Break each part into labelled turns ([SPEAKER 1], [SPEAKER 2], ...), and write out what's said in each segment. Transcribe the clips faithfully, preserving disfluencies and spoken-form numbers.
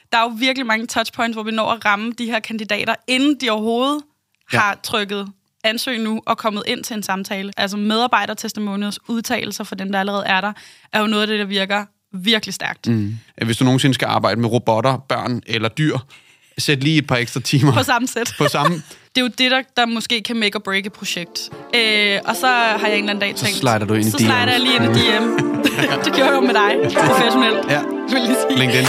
[SPEAKER 1] der er jo virkelig mange touchpoints, hvor vi når at ramme de her kandidater, inden de overhovedet ja. har trykket ansøg nu og kommet ind til en samtale. Altså medarbejdertestimonials udtalelser for dem, der allerede er der, er jo noget af det, der virker virkelig stærkt.
[SPEAKER 2] Mm. Hvis du nogensinde skal arbejde med robotter, børn eller dyr, sæt lige et par ekstra timer.
[SPEAKER 1] På samme sæt.
[SPEAKER 2] På samme.
[SPEAKER 1] Det er jo det, der, der måske kan make or break et projekt. Øh, og så har jeg en eller anden dag tænkt...
[SPEAKER 2] Så slider du ind i
[SPEAKER 1] Så slider jeg lige ind i D M. Det gjorde jeg jo med dig, professionelt.
[SPEAKER 2] Ja,
[SPEAKER 1] vil jeg sige.
[SPEAKER 2] LinkedIn.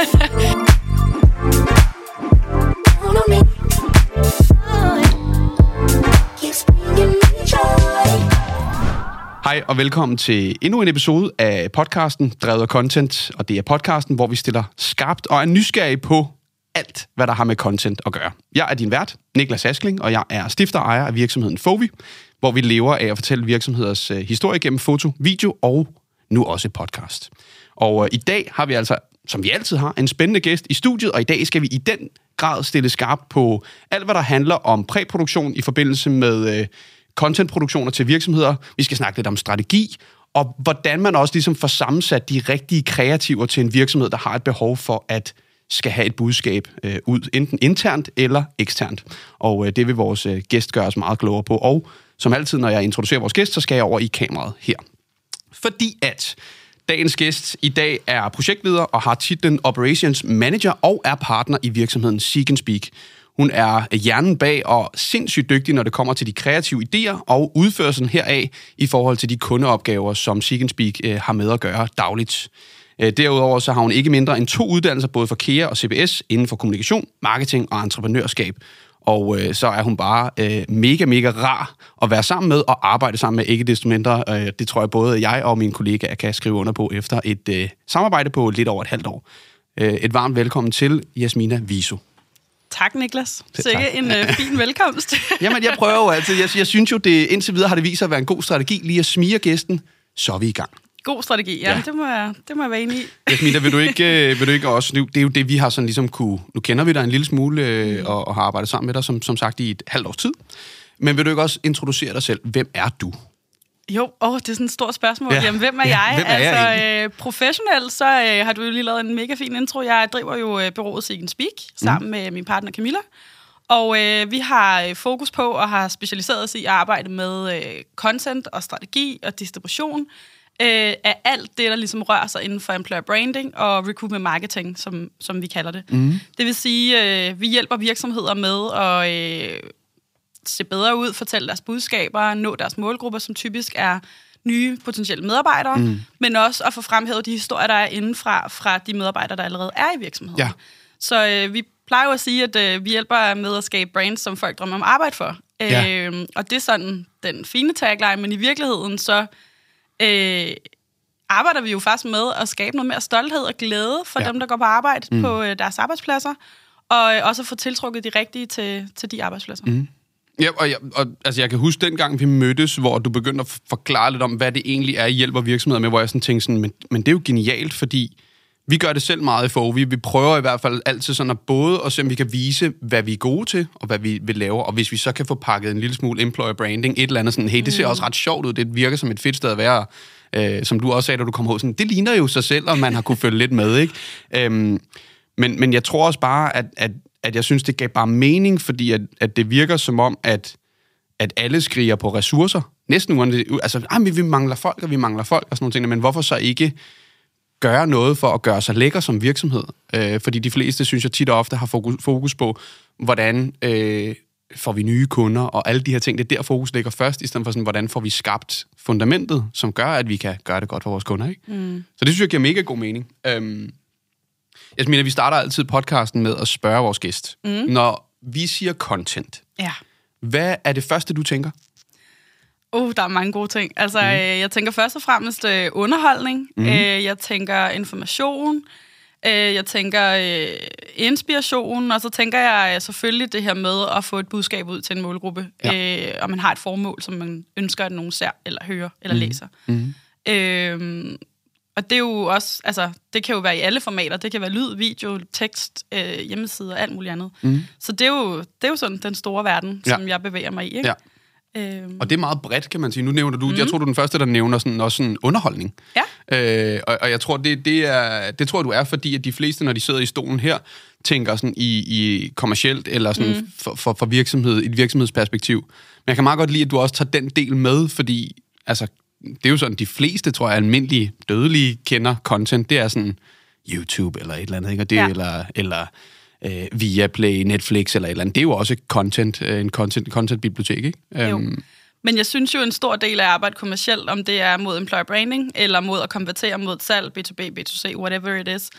[SPEAKER 2] Hej og velkommen til endnu en episode af podcasten Drevet af Content. Og det er podcasten, hvor vi stiller skarpt og er nysgerrige på alt, hvad der har med content at gøre. Jeg er din vært, Niklas Askling, og jeg er stifter og ejer af virksomheden Fovi, hvor vi lever af at fortælle virksomheders øh, historie gennem foto, video og nu også podcast. Og øh, i dag har vi altså, som vi altid har, en spændende gæst i studiet, og i dag skal vi i den grad stille skarpt på alt, hvad der handler om præproduktion i forbindelse med øh, contentproduktioner til virksomheder. Vi skal snakke lidt om strategi, og hvordan man også ligesom får sammensat de rigtige kreativer til en virksomhed, der har et behov for at skal have et budskab øh, ud, enten internt eller eksternt. Og øh, det vil vores øh, gæst gøre os meget klogere på. Og som altid, når jeg introducerer vores gæst, så skal jeg over i kameraet her. Fordi at dagens gæst i dag er projektleder og har titlen Operations Manager og er partner i virksomheden Seek and Speak. Hun er hjernen bag og sindssygt dygtig, når det kommer til de kreative idéer og udførelsen heraf i forhold til de kundeopgaver, som Seek and Speak øh, har med at gøre dagligt. Derudover så har hun ikke mindre end to uddannelser, både for Kea og C B S, inden for kommunikation, marketing og entreprenørskab. Og øh, så er hun bare øh, mega, mega rar at være sammen med og arbejde sammen med, ikke desto mindre. Øh, det tror jeg både jeg og mine kollegaer kan skrive under på efter et øh, samarbejde på lidt over et halvt år. Øh, et varmt velkommen til Jasmina Viso.
[SPEAKER 1] Tak, Niklas. Sikke en øh, fin velkomst.
[SPEAKER 2] Jamen, jeg prøver jo altid. Jeg, jeg synes jo, det indtil videre har det vist sig at være en god strategi lige at smige gæsten, så er vi i gang.
[SPEAKER 1] God strategi, ja. ja. Det, må jeg, det må jeg være enig i.
[SPEAKER 2] Jasmina, vil du ikke, vil du ikke også... Det er jo det, vi har sådan ligesom kunne... Nu kender vi dig en lille smule øh, og, og har arbejdet sammen med dig, som, som sagt, i et halvt års tid. Men vil du ikke også introducere dig selv? Hvem er du?
[SPEAKER 1] Jo, åh, det er sådan et stort spørgsmål. Ja. Jamen, hvem er
[SPEAKER 2] ja,
[SPEAKER 1] jeg?
[SPEAKER 2] Hvem er
[SPEAKER 1] altså,
[SPEAKER 2] jeg
[SPEAKER 1] øh, professionelt, så øh, har du jo lige lavet en mega fin intro. Jeg driver jo øh, bureauet Seek and Speak sammen mm. med min partner Camilla. Og øh, vi har øh, fokus på og har specialiseret os i at arbejde med øh, content og strategi og distribution øh, af alt det, der ligesom rører sig inden for employer branding og recruitment marketing, som, som vi kalder det. Mm. Det vil sige, øh, vi hjælper virksomheder med at øh, se bedre ud, fortælle deres budskaber, nå deres målgrupper, som typisk er nye potentielle medarbejdere, mm. men også at få fremhævet de historier, der er indenfra fra de medarbejdere, der allerede er i virksomheden. Ja. Så øh, vi plejer jo at sige, at øh, vi hjælper med at skabe brands, som folk drømmer om at arbejde for. Ja. Øh, og det er sådan den fine tagline, men i virkeligheden så øh, arbejder vi jo faktisk med at skabe noget mere stolthed og glæde for ja. dem, der går på arbejde mm. på øh, deres arbejdspladser, og øh, også få tiltrukket de rigtige til, til de arbejdspladser. Mm.
[SPEAKER 2] Ja, og, jeg, og altså, jeg kan huske dengang, vi mødtes, hvor du begyndte at forklare lidt om, hvad det egentlig er, I hjælper virksomheder med, hvor jeg sådan tænkte sådan, men, men det er jo genialt, fordi vi gør det selv meget i Fovi. Vi prøver i hvert fald altid sådan at både at se, om vi kan vise, hvad vi er gode til, og hvad vi vil lave, og hvis vi så kan få pakket en lille smule employer branding, et eller andet sådan, hey, det ser mm. også ret sjovt ud, det virker som et fedt sted at være, øh, som du også sagde, da du kom ud, sådan, det ligner jo sig selv, og man har kunne følge lidt med, ikke? Øhm, men, men jeg tror også bare, at, at, at jeg synes, det gav bare mening, fordi at, at det virker som om, at, at alle skriger på ressourcer, næsten uanset, altså, ah, vi mangler folk, og vi mangler folk, og sådan nogle ting, men hvorfor så ikke gøre noget for at gøre sig lækker som virksomhed. Øh, fordi de fleste, synes jeg, tit og ofte har fokus, fokus på, hvordan øh, får vi nye kunder, og alle de her ting, det er der fokus ligger først, i stedet for sådan, hvordan får vi skabt fundamentet, som gør, at vi kan gøre det godt for vores kunder. Ikke? Mm. Så det synes jeg giver mega god mening. Øhm, jeg mener, vi starter altid podcasten med at spørge vores gæst. Mm. Når vi siger content, ja. Hvad er det første, du tænker?
[SPEAKER 1] Uh, der er mange gode ting. Altså, mm. øh, jeg tænker først og fremmest øh, underholdning. Mm. Øh, jeg tænker information. Øh, jeg tænker øh, inspiration. Og så tænker jeg øh, selvfølgelig det her med at få et budskab ud til en målgruppe. Ja. Øh, og man har et formål, som man ønsker, at nogen ser, eller hører, eller mm. læser. Mm. Øh, og det er jo også, altså, det kan jo være i alle formater. Det kan være lyd, video, tekst, øh, hjemmesider, alt muligt andet. Mm. Så det er, jo, det er jo sådan den store verden, ja. som jeg bevæger mig i, ikke? Ja. Øhm.
[SPEAKER 2] Og det er meget bredt, kan man sige. Nu nævner du, mm. jeg tror, du er den første, der nævner sådan, også sådan underholdning.
[SPEAKER 1] Ja.
[SPEAKER 2] Øh, og, og jeg tror, det, det, er, det tror du er, fordi at de fleste, når de sidder i stolen her, tænker sådan i, i kommercielt eller sådan mm. for, for, for virksomhed, i et virksomhedsperspektiv. Men jeg kan meget godt lide, at du også tager den del med, fordi altså, det er jo sådan, de fleste, tror jeg, almindelige dødelige kender content. Det er sådan YouTube eller et eller andet, ikke? Og det, ja. eller... eller øh, Viaplay, Netflix eller et eller andet. Det er jo også content, en content, content-bibliotek, ikke?
[SPEAKER 1] Jo.
[SPEAKER 2] Um,
[SPEAKER 1] Men jeg synes jo, en stor del af arbejdet kommercielt, om det er mod employer branding, eller mod at konvertere mod salg, B to B, B to C, whatever it is,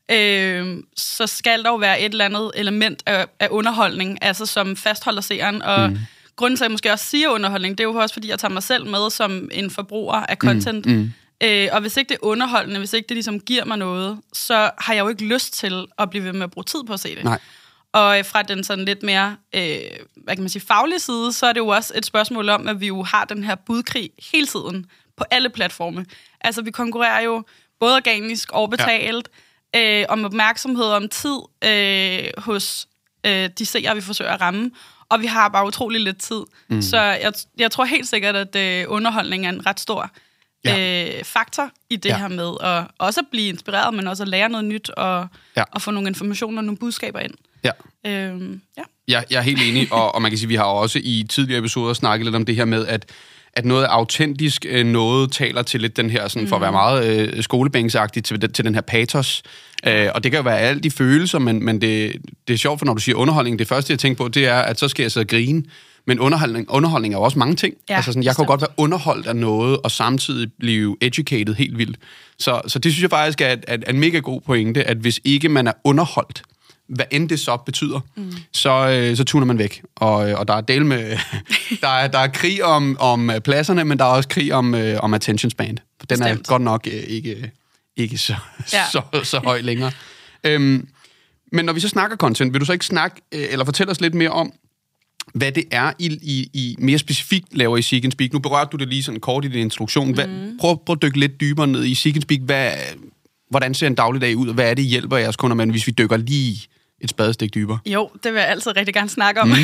[SPEAKER 1] øh, så skal der jo være et eller andet element af, af underholdning, altså som fastholder seeren. Og mm. grunden til, at jeg måske også siger underholdning, det er jo også, fordi jeg tager mig selv med som en forbruger af content. Mm. Mm. Øh, og hvis ikke det er underholdende, hvis ikke det ligesom giver mig noget, så har jeg jo ikke lyst til at blive ved med at bruge tid på at se det.
[SPEAKER 2] Nej.
[SPEAKER 1] Og fra den sådan lidt mere, øh, hvad kan man sige, faglige side, så er det jo også et spørgsmål om, at vi jo har den her budkrig hele tiden på alle platforme. Altså, vi konkurrerer jo både organisk og betalt ja. øh, om opmærksomhed om tid øh, hos øh, de seere, vi forsøger at ramme. Og vi har bare utrolig lidt tid. Mm. Så jeg, jeg tror helt sikkert, at øh, underholdning er en ret stor ja. øh, faktor i det ja. her med at også at blive inspireret, men også at lære noget nyt og, ja. og få nogle informationer og nogle budskaber ind.
[SPEAKER 2] Ja.
[SPEAKER 1] Øhm, ja.
[SPEAKER 2] Jeg, jeg er helt enig, og, og man kan sige, vi har også i tidligere episoder snakket lidt om det her med, at, at noget autentisk, noget taler til lidt den her, sådan, for at være meget øh, skolebænksagtigt, til, til den her patos. Øh, og det kan jo være alle de følelser, men, men det, det er sjovt, for når du siger underholdning, det første, jeg tænker på, det er, at så skal jeg så grine. Men underholdning, underholdning er jo også mange ting. Ja, altså sådan, jeg kan godt være underholdt af noget, og samtidig blive educated helt vildt. Så, så det synes jeg faktisk er, er, er en mega god pointe, at hvis ikke man er underholdt, hvad end det så betyder, mm. så, øh, så tuner man væk. Og, og der er del med... der, er, der er krig om, om pladserne, men der er også krig om, øh, om attention span. Den Bestemt. er godt nok øh, ikke, ikke så, ja. så, så høj længere. Øhm, men når vi så snakker content, vil du så ikke snakke, øh, eller fortælle os lidt mere om, hvad det er, I, I, I mere specifikt laver i Seek and Speak? Nu berørte du det lige sådan kort i din introduktion. Hvad, mm. prøv, prøv at dykke lidt dybere ned i Seek and Speak. Hvad, hvordan ser en dagligdag ud, og hvad er det, I hjælper jeres kunder med, hvis vi dykker lige et spadestik dybere?
[SPEAKER 1] Jo, det vil jeg altid rigtig gerne snakke om. Mm.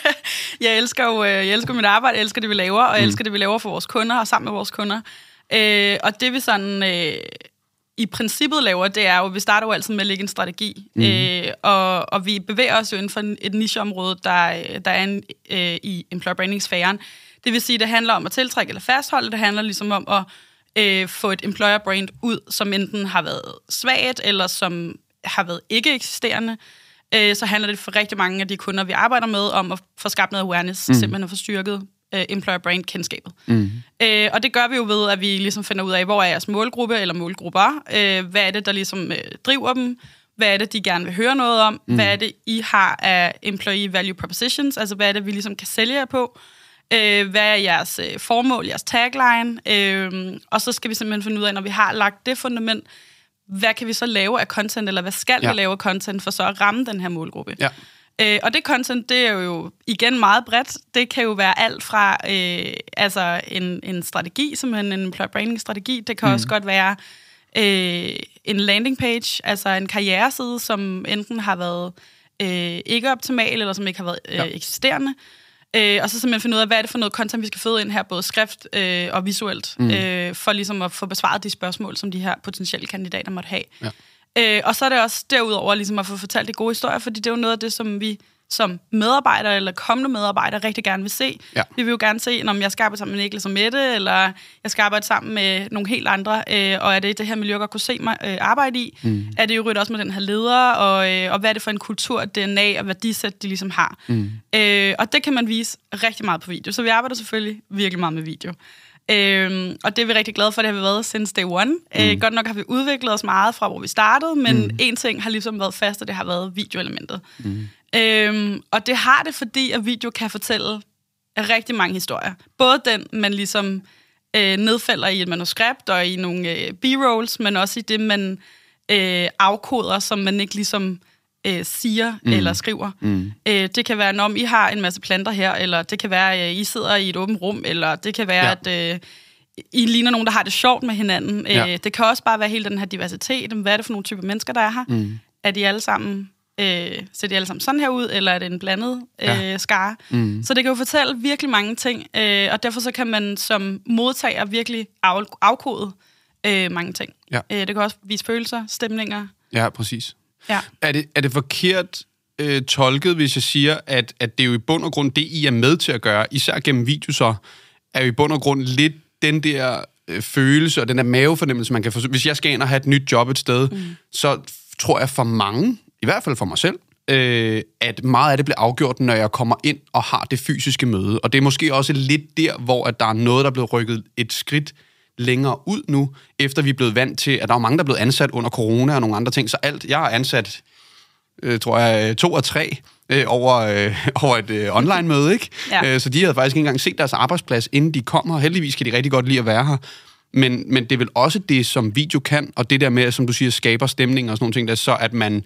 [SPEAKER 1] jeg elsker jo jeg elsker mit arbejde, jeg elsker det, vi laver, og jeg mm. elsker det, vi laver for vores kunder og sammen med vores kunder. Øh, og det vi sådan... Øh, i princippet laver, det er jo, vi starter jo altid med at lægge en strategi, mm. øh, og, og vi bevæger os jo inden for et nicheområde, der, der er en, øh, i employer branding-sfæren. Det vil sige, det handler om at tiltrække eller fastholde, det handler ligesom om at øh, få et employer brand ud, som enten har været svagt, eller som har været ikke eksisterende. Øh, så handler det for rigtig mange af de kunder, vi arbejder med, om at få skabt noget awareness, mm. simpelthen at få styrket employer brand kendskabet. Mm. Øh, og det gør vi jo ved, at vi ligesom finder ud af, hvor er jeres målgruppe eller målgrupper, øh, hvad er det, der ligesom øh, driver dem, hvad er det, de gerne vil høre noget om, mm. hvad er det, I har af employee value propositions, altså hvad er det, vi ligesom kan sælge jer på, øh, hvad er jeres øh, formål, jeres tagline, øh, og så skal vi simpelthen finde ud af, når vi har lagt det fundament, hvad kan vi så lave af content, eller hvad skal ja. vi lave af content, for så at ramme den her målgruppe. Ja. Øh, og det content, det er jo igen meget bredt. Det kan jo være alt fra øh, altså en, en strategi, simpelthen en employer branding-strategi. Det kan mm. også godt være øh, en landing page, altså en karriereside, som enten har været øh, ikke optimal, eller som ikke har været øh, ja. eksisterende. Øh, og så simpelthen finde ud af, hvad er det for noget content, vi skal føde ind her, både skrift øh, og visuelt, mm. øh, for ligesom at få besvaret de spørgsmål, som de her potentielle kandidater måtte have. Ja. Øh, og så er det også derudover ligesom at få fortalt de gode historier, fordi det er jo noget af det, som vi som medarbejdere eller kommende medarbejdere rigtig gerne vil se. Ja. Vi vil jo gerne se, om jeg skal arbejde sammen med Niklas og Mette, eller jeg skal arbejde sammen med nogle helt andre, øh, og er det det her miljø, jeg godt kunne se mig øh, arbejde i? Mm. Er det jo ryddet også med den her leder, og, øh, og hvad er det for en kultur, D N A og værdisæt, de ligesom har? Mm. Øh, og det kan man vise rigtig meget på video, så vi arbejder selvfølgelig virkelig meget med video. Øhm, og det er vi rigtig glade for, det har vi været since day one. Mm. Øh, godt nok har vi udviklet os meget fra, hvor vi startede, men mm. en ting har ligesom været fast, og det har været videoelementet. Mm. Øhm, og det har det, fordi at video kan fortælle rigtig mange historier. Både den, man ligesom øh, nedfælder i et manuskript og i nogle øh, b-rolls, men også i det, man øh, afkoder, som man ikke ligesom øh, siger mm. eller skriver. Mm. Øh, det kan være, når I har en masse planter her, eller det kan være, at I sidder i et åbent rum, eller det kan være, ja. at øh, I ligner nogen, der har det sjovt med hinanden. Ja. Øh, det kan også bare være hele den her diversitet. Hvad er det for nogle typer mennesker, der er her? Mm. Er de alle sammen øh, ser de alle sammen sådan her ud, eller er det en blandet øh,
[SPEAKER 2] ja.
[SPEAKER 1] skare? Mm. Så det kan jo fortælle virkelig mange ting, øh, og derfor så kan man som modtager virkelig af, afkode øh, mange ting. Ja. Øh, det kan også vise følelser, stemninger.
[SPEAKER 2] Ja, præcis.
[SPEAKER 1] Ja.
[SPEAKER 2] Er det, er det forkert øh, tolket, hvis jeg siger, at, at det er jo i bund og grund det, I er med til at gøre, især gennem video så, er jo i bund og grund lidt den der øh, følelse og den der mavefornemmelse, man kan få. Hvis jeg skal ind og have et nyt job et sted, mm. så tror jeg for mange, i hvert fald for mig selv, øh, at meget af det bliver afgjort, når jeg kommer ind og har det fysiske møde. Og det er måske også lidt der, hvor at der er noget, der er blevet rykket et skridt længere ud nu, efter vi er blevet vant til, at der er mange, der er blevet ansat under corona og nogle andre ting. Så alt, jeg har ansat, øh, tror jeg, to og tre øh, over, øh, over et øh, online-møde, ikke? Ja. Øh, så de havde faktisk ikke engang set deres arbejdsplads, inden de kommer. Heldigvis kan de rigtig godt lide at være her. Men, men det er vel også det, som video kan, og det der med, som du siger, skaber stemning og sådan nogle ting, der så, at man...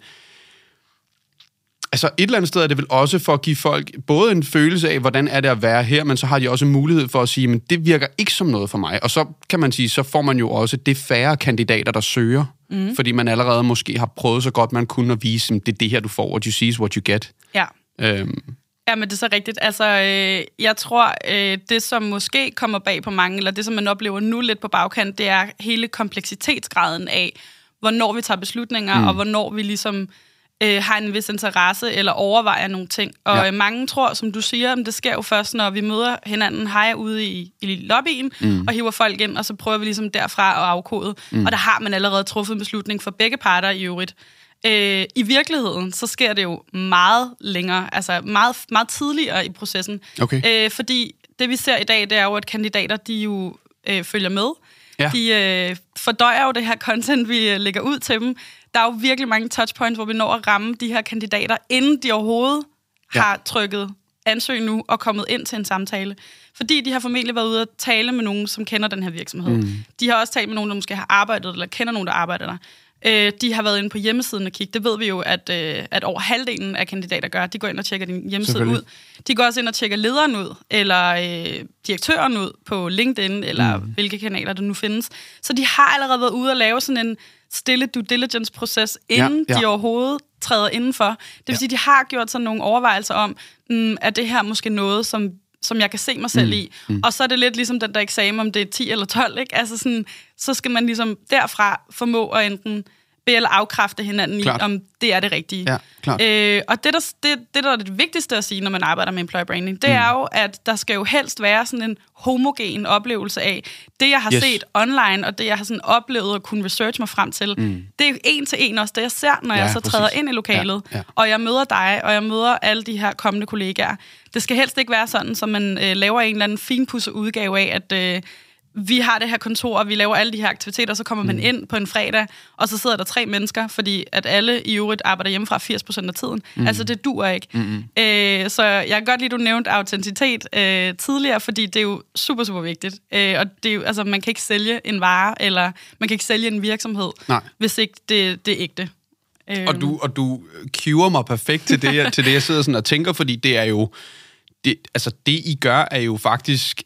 [SPEAKER 2] Altså et eller andet sted er det vel også for at give folk både en følelse af, hvordan er det at være her, men så har de også mulighed for at sige, men det virker ikke som noget for mig. Og så kan man sige, så får man jo også det færre kandidater, der søger, mm. fordi man allerede måske har prøvet så godt, man kunne at vise, at det er det her, du får, what you see is what you get.
[SPEAKER 1] Ja.
[SPEAKER 2] Øhm.
[SPEAKER 1] Ja, men det er så rigtigt. Altså, øh, jeg tror, øh, det som måske kommer bag på mange, eller det som man oplever nu lidt på bagkant, det er hele kompleksitetsgraden af, hvornår vi tager beslutninger, mm. og hvornår vi ligesom... Øh, har en vis interesse eller overvejer nogle ting. Og ja. mange tror, som du siger, det sker jo først, når vi møder hinanden hejer ude i, i lobbyen mm. og hiver folk ind, og så prøver vi ligesom derfra at afkode. Mm. Og der har man allerede truffet en beslutning for begge parter i øvrigt. Øh, I virkeligheden, så sker det jo meget længere, altså meget, meget tidligere i processen. Okay. Øh, fordi det, vi ser i dag, det er jo, at kandidater, de jo øh, følger med. Ja. De øh, fordøjer jo det her content, vi øh, lægger ud til dem. Der er jo virkelig mange touchpoints, hvor vi når at ramme de her kandidater, inden de overhovedet ja. har trykket ansøg nu og kommet ind til en samtale. Fordi de har formentlig været ude at tale med nogen, som kender den her virksomhed. Mm. De har også talt med nogen, der måske har arbejdet, eller kender nogen, der arbejder der. Øh, de har været inde på hjemmesiden og kigge. Det ved vi jo, at, øh, at over halvdelen af kandidater gør. De går ind og tjekker din hjemmeside ud. De går også ind og tjekker lederen ud, eller øh, direktøren ud på LinkedIn, eller mm. hvilke kanaler der nu findes. Så de har allerede været ude og lave sådan en stille due diligence-proces, inden ja, ja. de overhovedet træder indenfor. Det vil ja. sige, de har gjort sådan nogle overvejelser om, mm, er det her måske noget, som som jeg kan se mig selv mm. i. Mm. Og så er det lidt ligesom den der eksamen, om det er ti eller tolv, ikke? Altså sådan, så skal man ligesom derfra formå at enten bede eller afkræfte hinanden klart. i, om det er det rigtige. Ja, klart. Øh, og det der, det, det, der er det vigtigste at sige, når man arbejder med employer branding, det mm. er jo, at der skal jo helst være sådan en homogen oplevelse af, det jeg har yes. set online, og det jeg har sådan oplevet og kunne research mig frem til, mm. det er jo en til en også det, jeg ser, når ja, jeg så præcis. træder ind i lokalet, ja, ja. og jeg møder dig, og jeg møder alle de her kommende kollegaer. Det skal helst ikke være sådan, så man øh, laver en eller anden finpudset udgave af, at øh, vi har det her kontor, og vi laver alle de her aktiviteter, og så kommer mm. man ind på en fredag, og så sidder der tre mennesker, fordi at alle i øvrigt arbejder hjemmefra firs procent af tiden. Mm. Altså, det duer ikke. Mm. Øh, så jeg kan godt lide, du nævnte autenticitet øh, tidligere, fordi det er jo super, super vigtigt. Øh, og det er jo, altså, man kan ikke sælge en vare, eller man kan ikke sælge en virksomhed, Nej. hvis ikke det, det er ægte.
[SPEAKER 2] Og du, og du cuer mig perfekt til det, jeg, til det, jeg sidder sådan og tænker, fordi det er jo... Det, altså, det I gør, er jo faktisk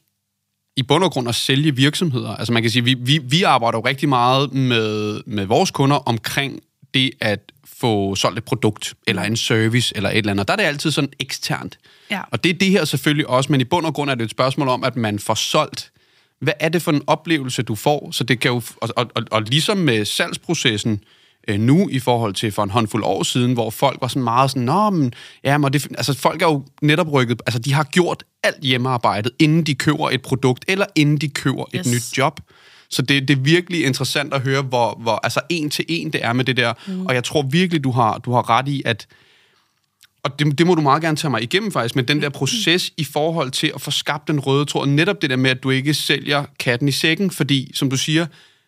[SPEAKER 2] i bund og grund at sælge virksomheder. Altså, man kan sige, vi, vi, vi arbejder jo rigtig meget med, med vores kunder omkring det at få solgt et produkt, eller en service, eller et eller andet. Der er det altid sådan eksternt. Ja. Og det er det her selvfølgelig også, men i bund og grund er det et spørgsmål om, at man får solgt. Hvad er det for en oplevelse, du får? Så det kan jo... Og, og, og, og ligesom med salgsprocessen, nu i forhold til for en håndfuld år siden, hvor folk var sådan meget sådan, nå, men, ja, men det, altså folk er jo netop rykket, altså de har gjort alt hjemmearbejdet, inden de køber et produkt, eller inden de køber yes. et nyt job. Så det, det er virkelig interessant at høre, hvor, hvor altså en til en det er med det der, mm. og jeg tror virkelig, du har, du har ret i, at, og det, det må du meget gerne tage mig igennem faktisk, men den der proces i forhold til at få skabt den røde tråd, netop det der med, at du ikke sælger katten i sækken, fordi, som du siger,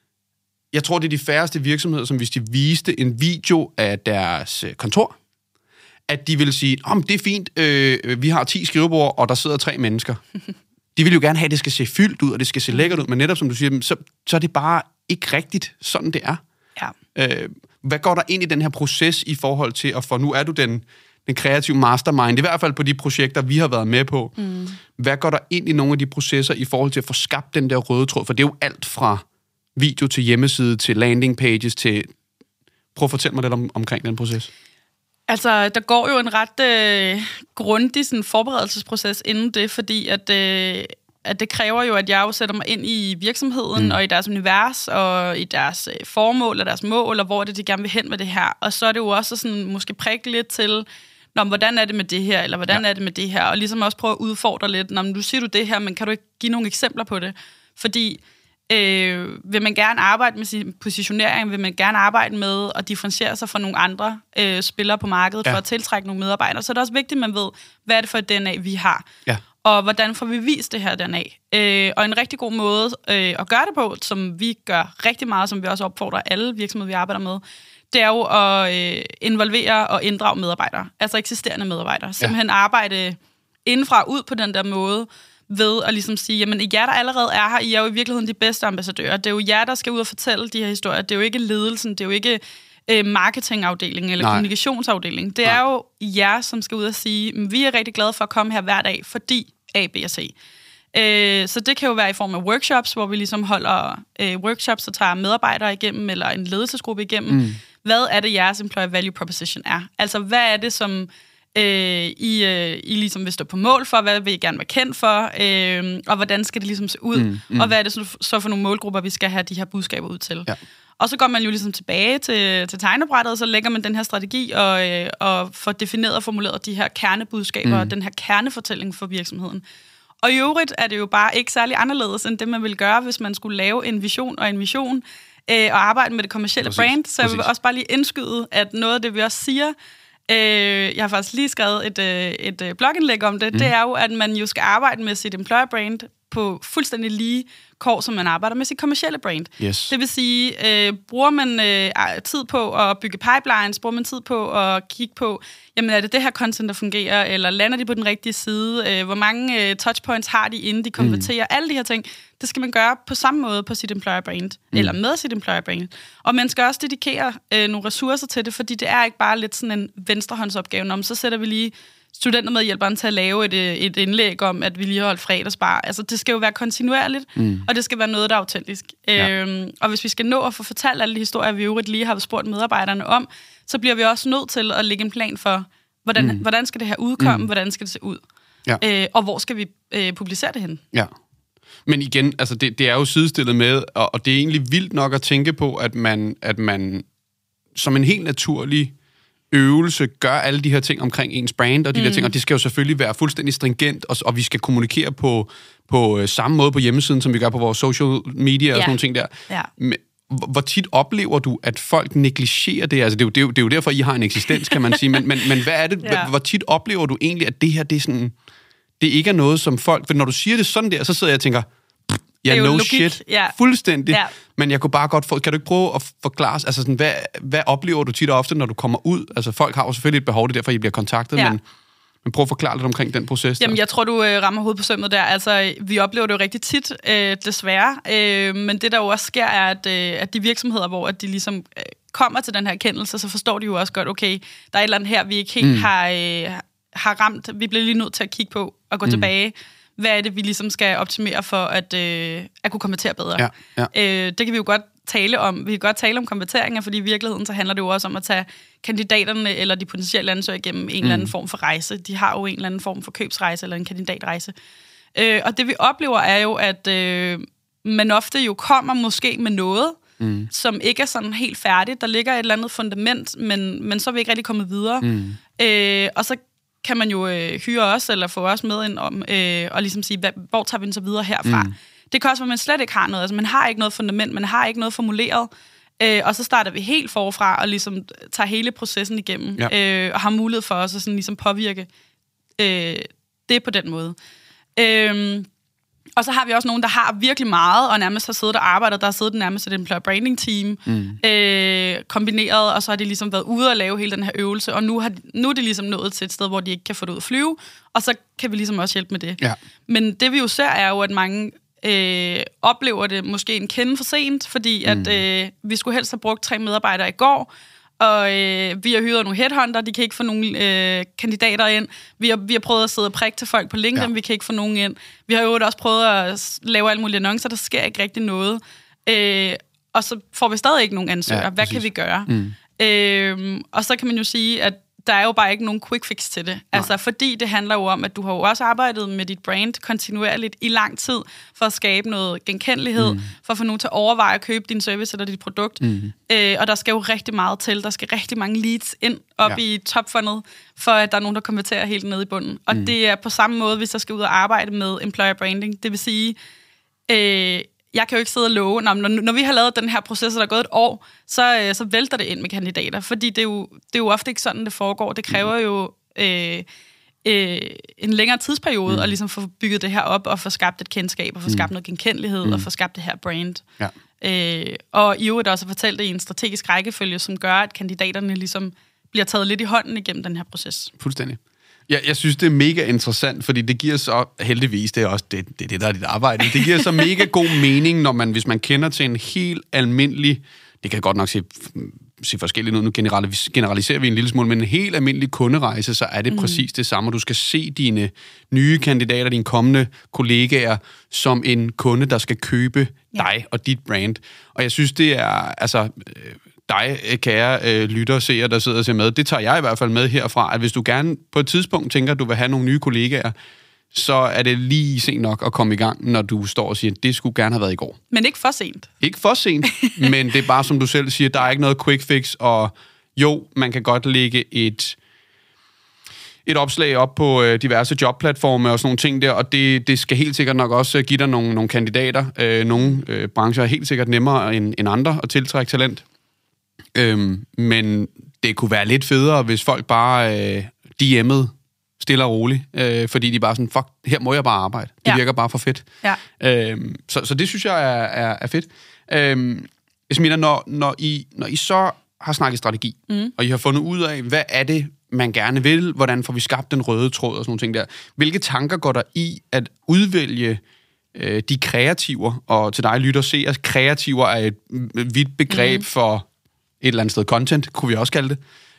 [SPEAKER 2] jeg tror, det er de færreste virksomheder, som hvis de viste en video af deres kontor, at de ville sige, oh, det er fint, øh, vi har ti skrivebord, og der sidder tre mennesker. De vil jo gerne have, at det skal se fyldt ud, og det skal se lækkert ud, men netop som du siger, så, så er det bare ikke rigtigt, sådan det er. Ja. Øh, hvad går der ind i den her proces i forhold til at få, nu er du den, den kreative mastermind, i hvert fald på de projekter, vi har været med på. Mm. Hvad går der ind i nogle af de processer i forhold til at få skabt den der røde tråd? For det er jo alt fra video til hjemmeside, til landing pages, til... Prøv at fortælle mig lidt om, omkring den proces.
[SPEAKER 1] Altså, der går jo en ret øh, grundig sådan, forberedelsesproces inden det, fordi at, øh, at det kræver jo, at jeg jo sætter mig ind i virksomheden mm. og i deres univers og i deres øh, formål og deres mål, og hvor er det, de gerne vil hen med det her. Og så er det jo også sådan, måske prikke lidt til, Nå, hvordan er det med det her, eller hvordan ja. er det med det her, og ligesom også prøve at udfordre lidt. Nå, men du siger du det her, men kan du ikke give nogle eksempler på det? Fordi øh, vil man gerne arbejde med sin positionering, vil man gerne arbejde med at differentiere sig fra nogle andre øh, spillere på markedet, ja. for at tiltrække nogle medarbejdere, så er det også vigtigt, at man ved, hvad er det for et D N A, vi har. Ja. Og hvordan får vi vist det her D N A? Øh, og en rigtig god måde øh, at gøre det på, som vi gør rigtig meget, som vi også opfordrer alle virksomheder, vi arbejder med, det er jo at øh, involvere og inddrage medarbejdere, altså eksisterende medarbejdere. Simpelthen ja. arbejde indenfra og ud på den der måde, ved at ligesom sige, jamen I jer, der allerede er her, I er jo i virkeligheden de bedste ambassadører. Det er jo jer, der skal ud og fortælle de her historier. Det er jo ikke ledelsen, det er jo ikke øh, marketingafdelingen eller Nej. kommunikationsafdelingen. Det Nej. er jo jer, som skal ud og sige, vi er rigtig glade for at komme her hver dag, fordi A, B og C. Øh, så det kan jo være i form af workshops, hvor vi ligesom holder øh, workshops og tager medarbejdere igennem, eller en ledelsesgruppe igennem. Mm. Hvad er det, jeres employer value proposition er? Altså, hvad er det, som øh, I, øh, I ligesom vil stå på mål for? Hvad vil I gerne være kendt for? Øh, og hvordan skal det ligesom se ud? Mm, mm. Og hvad er det så, så for nogle målgrupper, vi skal have de her budskaber ud til? Ja. Og så går man jo ligesom tilbage til, til tegnebrættet, og så lægger man den her strategi og, øh, og får defineret og formuleret de her kernebudskaber mm. og den her kernefortælling for virksomheden. Og i øvrigt er det jo bare ikke særlig anderledes, end det, man ville gøre, hvis man skulle lave en vision og en mission, øh, og arbejde med det kommercielle præcis, brand. Så jeg vil præcis. også bare lige indskyde, at noget af det, vi også siger, øh, jeg har faktisk lige skrevet et, øh, et øh, blogindlæg om det, mm. det er jo, at man jo skal arbejde med sit employer brand på fuldstændig lige kår, som man arbejder med sit kommercielle brand. Yes. Det vil sige, øh, bruger man øh, tid på at bygge pipelines, bruger man tid på at kigge på, jamen er det det her content, der fungerer, eller lander de på den rigtige side, øh, hvor mange øh, touchpoints har de, inden de konverterer, mm. alle de her ting, det skal man gøre på samme måde på sit employer brand, mm. eller med sit employer brand. Og man skal også dedikere øh, nogle ressourcer til det, fordi det er ikke bare lidt sådan en venstrehåndsopgave, om så sætter vi lige studentermedhjælperen til at lave et, et indlæg om, at vi lige har holdt fredagsbar. Altså, det skal jo være kontinuerligt, mm. og det skal være noget, der er autentisk. Ja. Øhm, og hvis vi skal nå at få fortalt alle de historier, vi øvrigt lige har spurgt medarbejderne om, så bliver vi også nødt til at lægge en plan for, hvordan, mm. hvordan skal det her udkomme, mm. hvordan skal det se ud, ja. øh, og hvor skal vi øh, publicere det hen. Ja.
[SPEAKER 2] Men igen, altså det, det er jo sidestillet med, og, og det er egentlig vildt nok at tænke på, at man, at man som en helt naturlig øvelse gør alle de her ting omkring ens brand og de mm. der ting, og det skal jo selvfølgelig være fuldstændig stringent, og, og vi skal kommunikere på, på øh, samme måde på hjemmesiden, som vi gør på vores social media ja. og sådan nogle ting der. Ja. Men, hvor tit oplever du, at folk negligerer det? Altså, det er jo, det er jo, det er jo derfor, I har en eksistens, kan man sige, men, men, men hvad er det? Ja. Hvor tit oplever du egentlig, at det her, det er sådan, det ikke er noget, som folk... For når du siger det sådan der, så sidder jeg og tænker, ja, no logik. shit, ja. fuldstændig. Ja. Men jeg kunne bare godt få... Kan du ikke prøve at forklare... Altså sådan, hvad, hvad oplever du tit og ofte, når du kommer ud? Altså, folk har jo selvfølgelig et behov, det er derfor, I bliver kontaktet, ja. men, men prøv at forklare lidt omkring den proces.
[SPEAKER 1] Jamen, der. jeg tror, du øh, rammer hovedet på sømmet der. Altså, vi oplever det jo rigtig tit, øh, desværre. Øh, men det, der jo også sker, er, at, øh, at de virksomheder, hvor at de ligesom øh, kommer til den her erkendelse, så forstår de jo også godt, okay, der er et eller andet her, vi ikke helt mm. har, øh, har ramt. Vi bliver lige nødt til at kigge på og gå mm. tilbage. Hvad er det, vi ligesom skal optimere for at, øh, at kunne konvertere bedre? Ja, ja. Øh, det kan vi jo godt tale om. Vi kan godt tale om konverteringer, fordi i virkeligheden så handler det jo også om at tage kandidaterne eller de potentielle ansøgere igennem en mm. eller anden form for rejse. De har jo en eller anden form for købsrejse eller en kandidatrejse. Øh, og det vi oplever er jo, at øh, man ofte jo kommer måske med noget, mm. som ikke er sådan helt færdigt. Der ligger et eller andet fundament, men, men så er vi ikke rigtig kommet videre. Mm. Øh, og så kan man jo øh, hyre os, eller få os med ind om, øh, og ligesom sige, hvad, hvor tager vi den så videre herfra? Mm. Det kan også være, at man slet ikke har noget. Altså, man har ikke noget fundament, man har ikke noget formuleret, øh, og så starter vi helt forfra, og ligesom tager hele processen igennem, ja. øh, og har mulighed for os at sådan, ligesom påvirke øh, det på den måde. Øh, Og så har vi også nogen, der har virkelig meget, og nærmest har siddet og arbejdet. Der har siddet nærmest et employer branding team, mm. øh, kombineret, og så har de ligesom været ude og lave hele den her øvelse, og nu, har de, nu er de ligesom nået til et sted, hvor de ikke kan få det ud at flyve, og så kan vi ligesom også hjælpe med det. Ja. Men det vi jo ser, er jo, at mange øh, oplever det måske en kende for sent, fordi mm. at øh, vi skulle helst have brugt tre medarbejdere i går, og øh, vi har hyret nogle headhunter, de kan ikke få nogen øh, kandidater ind. Vi har, vi har prøvet at sidde og prikke til folk på LinkedIn, ja. vi kan ikke få nogen ind. Vi har jo også prøvet at lave alle mulige annoncer, der sker ikke rigtig noget. Øh, og så får vi stadig ikke nogen ansøgere. Ja, Hvad kan vi gøre? Mm. Øh, og så kan man jo sige, at der er jo bare ikke nogen quick fix til det. Altså, Nej. Fordi det handler jo om, at du har jo også arbejdet med dit brand kontinuerligt i lang tid, for at skabe noget genkendelighed, mm. for at få nogen til at overveje at købe din service eller dit produkt. Mm. Øh, og der skal jo rigtig meget til. Der skal rigtig mange leads ind op ja. i topfundet, for at der er nogen, der konverterer helt ned i bunden. Og mm. det er på samme måde, hvis der skal ud og arbejde med employer branding. Det vil sige... Øh, jeg kan jo ikke sidde og love, når, når vi har lavet den her proces, der er gået et år, så, så vælter det ind med kandidater, fordi det er, jo, det er jo ofte ikke sådan, det foregår. Det kræver jo øh, øh, en længere tidsperiode mm. at ligesom få bygget det her op, og få skabt et kendskab, og få skabt mm. noget genkendelighed, mm. og få skabt det her brand. Ja. Øh, og i øvrigt også fortalt det i en strategisk rækkefølge, som gør, at kandidaterne ligesom bliver taget lidt i hånden igennem den her proces.
[SPEAKER 2] Fuldstændig. Ja, jeg synes, det er mega interessant, fordi det giver så, heldigvis, det er også det, det, er det der er dit arbejde, det giver så mega god mening, når man, hvis man kender til en helt almindelig, det kan jeg godt nok se, se forskelligt ud, nu generalis- generaliserer vi en lille smule, men en helt almindelig kunderejse, så er det mm. præcis det samme. Du skal se dine nye kandidater, dine kommende kollegaer, som en kunde, der skal købe ja. dig og dit brand. Og jeg synes, det er, altså... dig, kære øh, lytter og seere, der sidder og ser med, det tager jeg i hvert fald med herfra, at hvis du gerne på et tidspunkt tænker, at du vil have nogle nye kollegaer, så er det lige sent nok at komme i gang, når du står og siger, at det skulle gerne have været i går.
[SPEAKER 1] Men ikke for sent.
[SPEAKER 2] Ikke for sent, men det er bare, som du selv siger, der er ikke noget quick fix, og jo, man kan godt lægge et, et opslag op på øh, diverse jobplatforme og sådan nogle ting der, og det, det skal helt sikkert nok også give dig nogle, nogle kandidater. Øh, nogle øh, brancher er helt sikkert nemmere end, end andre at tiltrække talent. Øhm, men det kunne være lidt federe, hvis folk bare øh, D M'ede stille og roligt, øh, fordi de bare sådan, fuck, her må jeg bare arbejde. Det ja. virker bare for fedt. Ja. Øhm, så, så det synes jeg er, er, er fedt. Øhm, Yasmina, når, når, I, når I så har snakket strategi, mm. og I har fundet ud af, hvad er det, man gerne vil, hvordan får vi skabt den røde tråd og sådan nogle ting der. Hvilke tanker går der i at udvælge øh, de kreativer, og til dig lytter se, at kreativer er et vidt begreb mm. for et eller andet sted content, kunne vi også kalde det,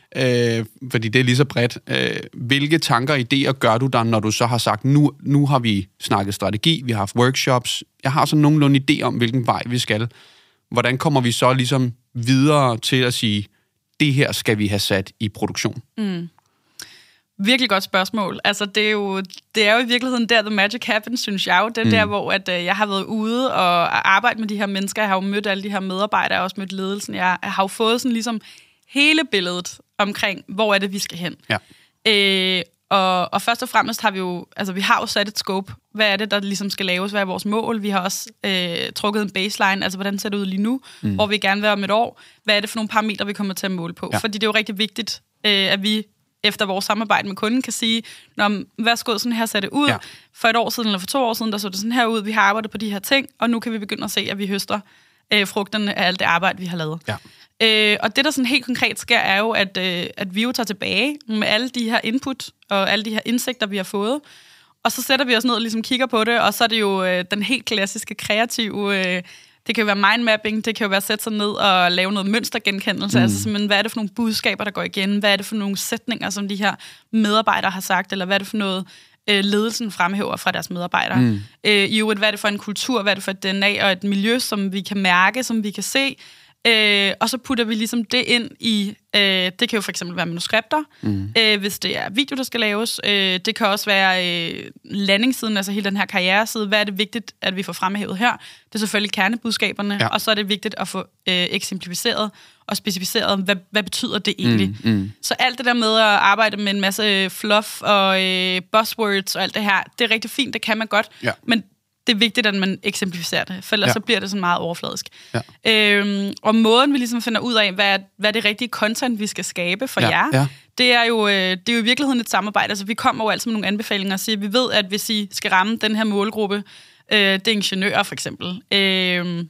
[SPEAKER 2] øh, fordi det er lige så bredt. Øh, hvilke tanker og idéer gør du der, når du så har sagt, nu, nu har vi snakket strategi, vi har haft workshops, jeg har sådan nogenlunde idé om, hvilken vej vi skal. Hvordan kommer vi så ligesom videre til at sige, det her skal vi have sat i produktion?
[SPEAKER 1] Mm. Virkelig godt spørgsmål. Altså, det er jo, det er jo i virkeligheden der, the magic happens, synes jeg jo. Det er mm. der, hvor at, øh, jeg har været ude og arbejde med de her mennesker. Jeg har jo mødt alle de her medarbejdere, jeg har også mødt ledelsen. Jeg har jo fået sådan ligesom hele billedet omkring, hvor er det, vi skal hen. Ja. Øh, og, og først og fremmest har vi jo, altså vi har jo sat et scope. Hvad er det, der ligesom skal laves? Hvad er vores mål? Vi har også øh, trukket en baseline, altså hvordan ser det ud lige nu? Mm. Hvor vi gerne vil være om et år? Hvad er det for nogle parametre, vi kommer til at måle på? Ja. Fordi det er jo rigtig vigtigt, øh, at vi efter vores samarbejde med kunden kan sige, værsgo, sådan her ser det ud. Ja. For et år siden eller for to år siden, der så det sådan her ud. Vi har arbejdet på de her ting, og nu kan vi begynde at se, at vi høster øh, frugterne af alt det arbejde, vi har lavet. Ja. Øh, og det, der sådan helt konkret sker, er jo, at, øh, at vi jo tager tilbage med alle de her input og alle de her indsigter, vi har fået. Og så sætter vi os ned og ligesom kigger på det, og så er det jo øh, den helt klassiske kreative... Øh, det kan jo være mindmapping, det kan jo være at sætte sig ned og lave noget mønstergenkendelse. Mm. Altså simpelthen, hvad er det for nogle budskaber, der går igen? Hvad er det for nogle sætninger, som de her medarbejdere har sagt? Eller hvad er det for noget, øh, ledelsen fremhæver fra deres medarbejdere? Mm. Øh, I øvrigt, hvad er det for en kultur? Hvad er det for et D N A og et miljø, som vi kan mærke, som vi kan se? Øh, og så putter vi ligesom det ind i, øh, det kan jo for eksempel være manuskripter, mm. øh, hvis det er video, der skal laves. Øh, det kan også være øh, landingssiden, altså hele den her karriereside. Hvad er det vigtigt, at vi får fremhævet her? Det er selvfølgelig kernebudskaberne, ja. Og så er det vigtigt at få øh, eksemplificeret og specificeret, hvad, hvad betyder det egentlig? Mm. Mm. Så alt det der med at arbejde med en masse fluff og øh, buzzwords og alt det her, det er rigtig fint, det kan man godt, ja. Men det er vigtigt, at man eksemplificerer det, for ellers ja. så bliver det sådan meget overfladisk. Ja. Øhm, og måden, vi ligesom finder ud af, hvad er, hvad er det rigtige content, vi skal skabe for ja. jer, ja. Det, er jo, det er jo i virkeligheden et samarbejde. Altså, vi kommer jo altid med nogle anbefalinger og siger, at vi ved, at hvis I skal ramme den her målgruppe, øh, det er ingeniører for eksempel, øh,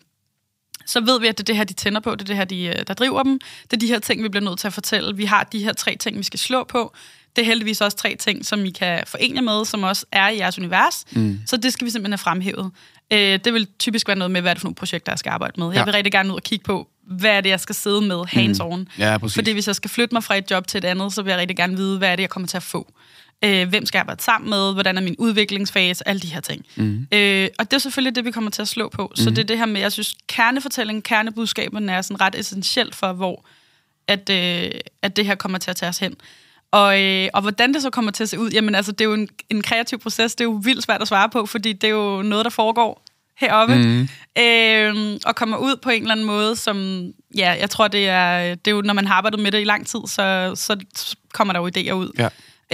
[SPEAKER 1] så ved vi, at det er det her, de tænder på, det er det her, de, der driver dem. Det er de her ting, vi bliver nødt til at fortælle. Vi har de her tre ting, vi skal slå på. Det er heldigvis også tre ting, som I kan forene med, som også er i jeres univers. Mm. Så det skal vi simpelthen have fremhævet. Øh, det vil typisk være noget med, hvad er det for nogle projekter, jeg skal arbejde med. Ja. Jeg vil rigtig gerne ud og kigge på, hvad er det, jeg skal sidde med hands-on. Mm. Ja, fordi hvis jeg skal flytte mig fra et job til et andet, så vil jeg rigtig gerne vide, hvad er det, jeg kommer til at få. Øh, hvem skal jeg arbejde sammen med? Hvordan er min udviklingsfase? Alle de her ting. Mm. Øh, og det er selvfølgelig det, vi kommer til at slå på. Så mm. det er det her med, jeg synes, kernefortællingen, kernebudskaberne er sådan ret essentielt for, hvor at, øh, at det her kommer til at tage os hen. Og, øh, og hvordan det så kommer til at se ud, jamen altså, det er jo en, en kreativ proces, det er jo vildt svært at svare på, fordi det er jo noget, der foregår heroppe, mm. øh, og kommer ud på en eller anden måde, som, ja, jeg tror, det er, det er jo, når man har arbejdet med det i lang tid, så, så kommer der jo idéer ud. Ja.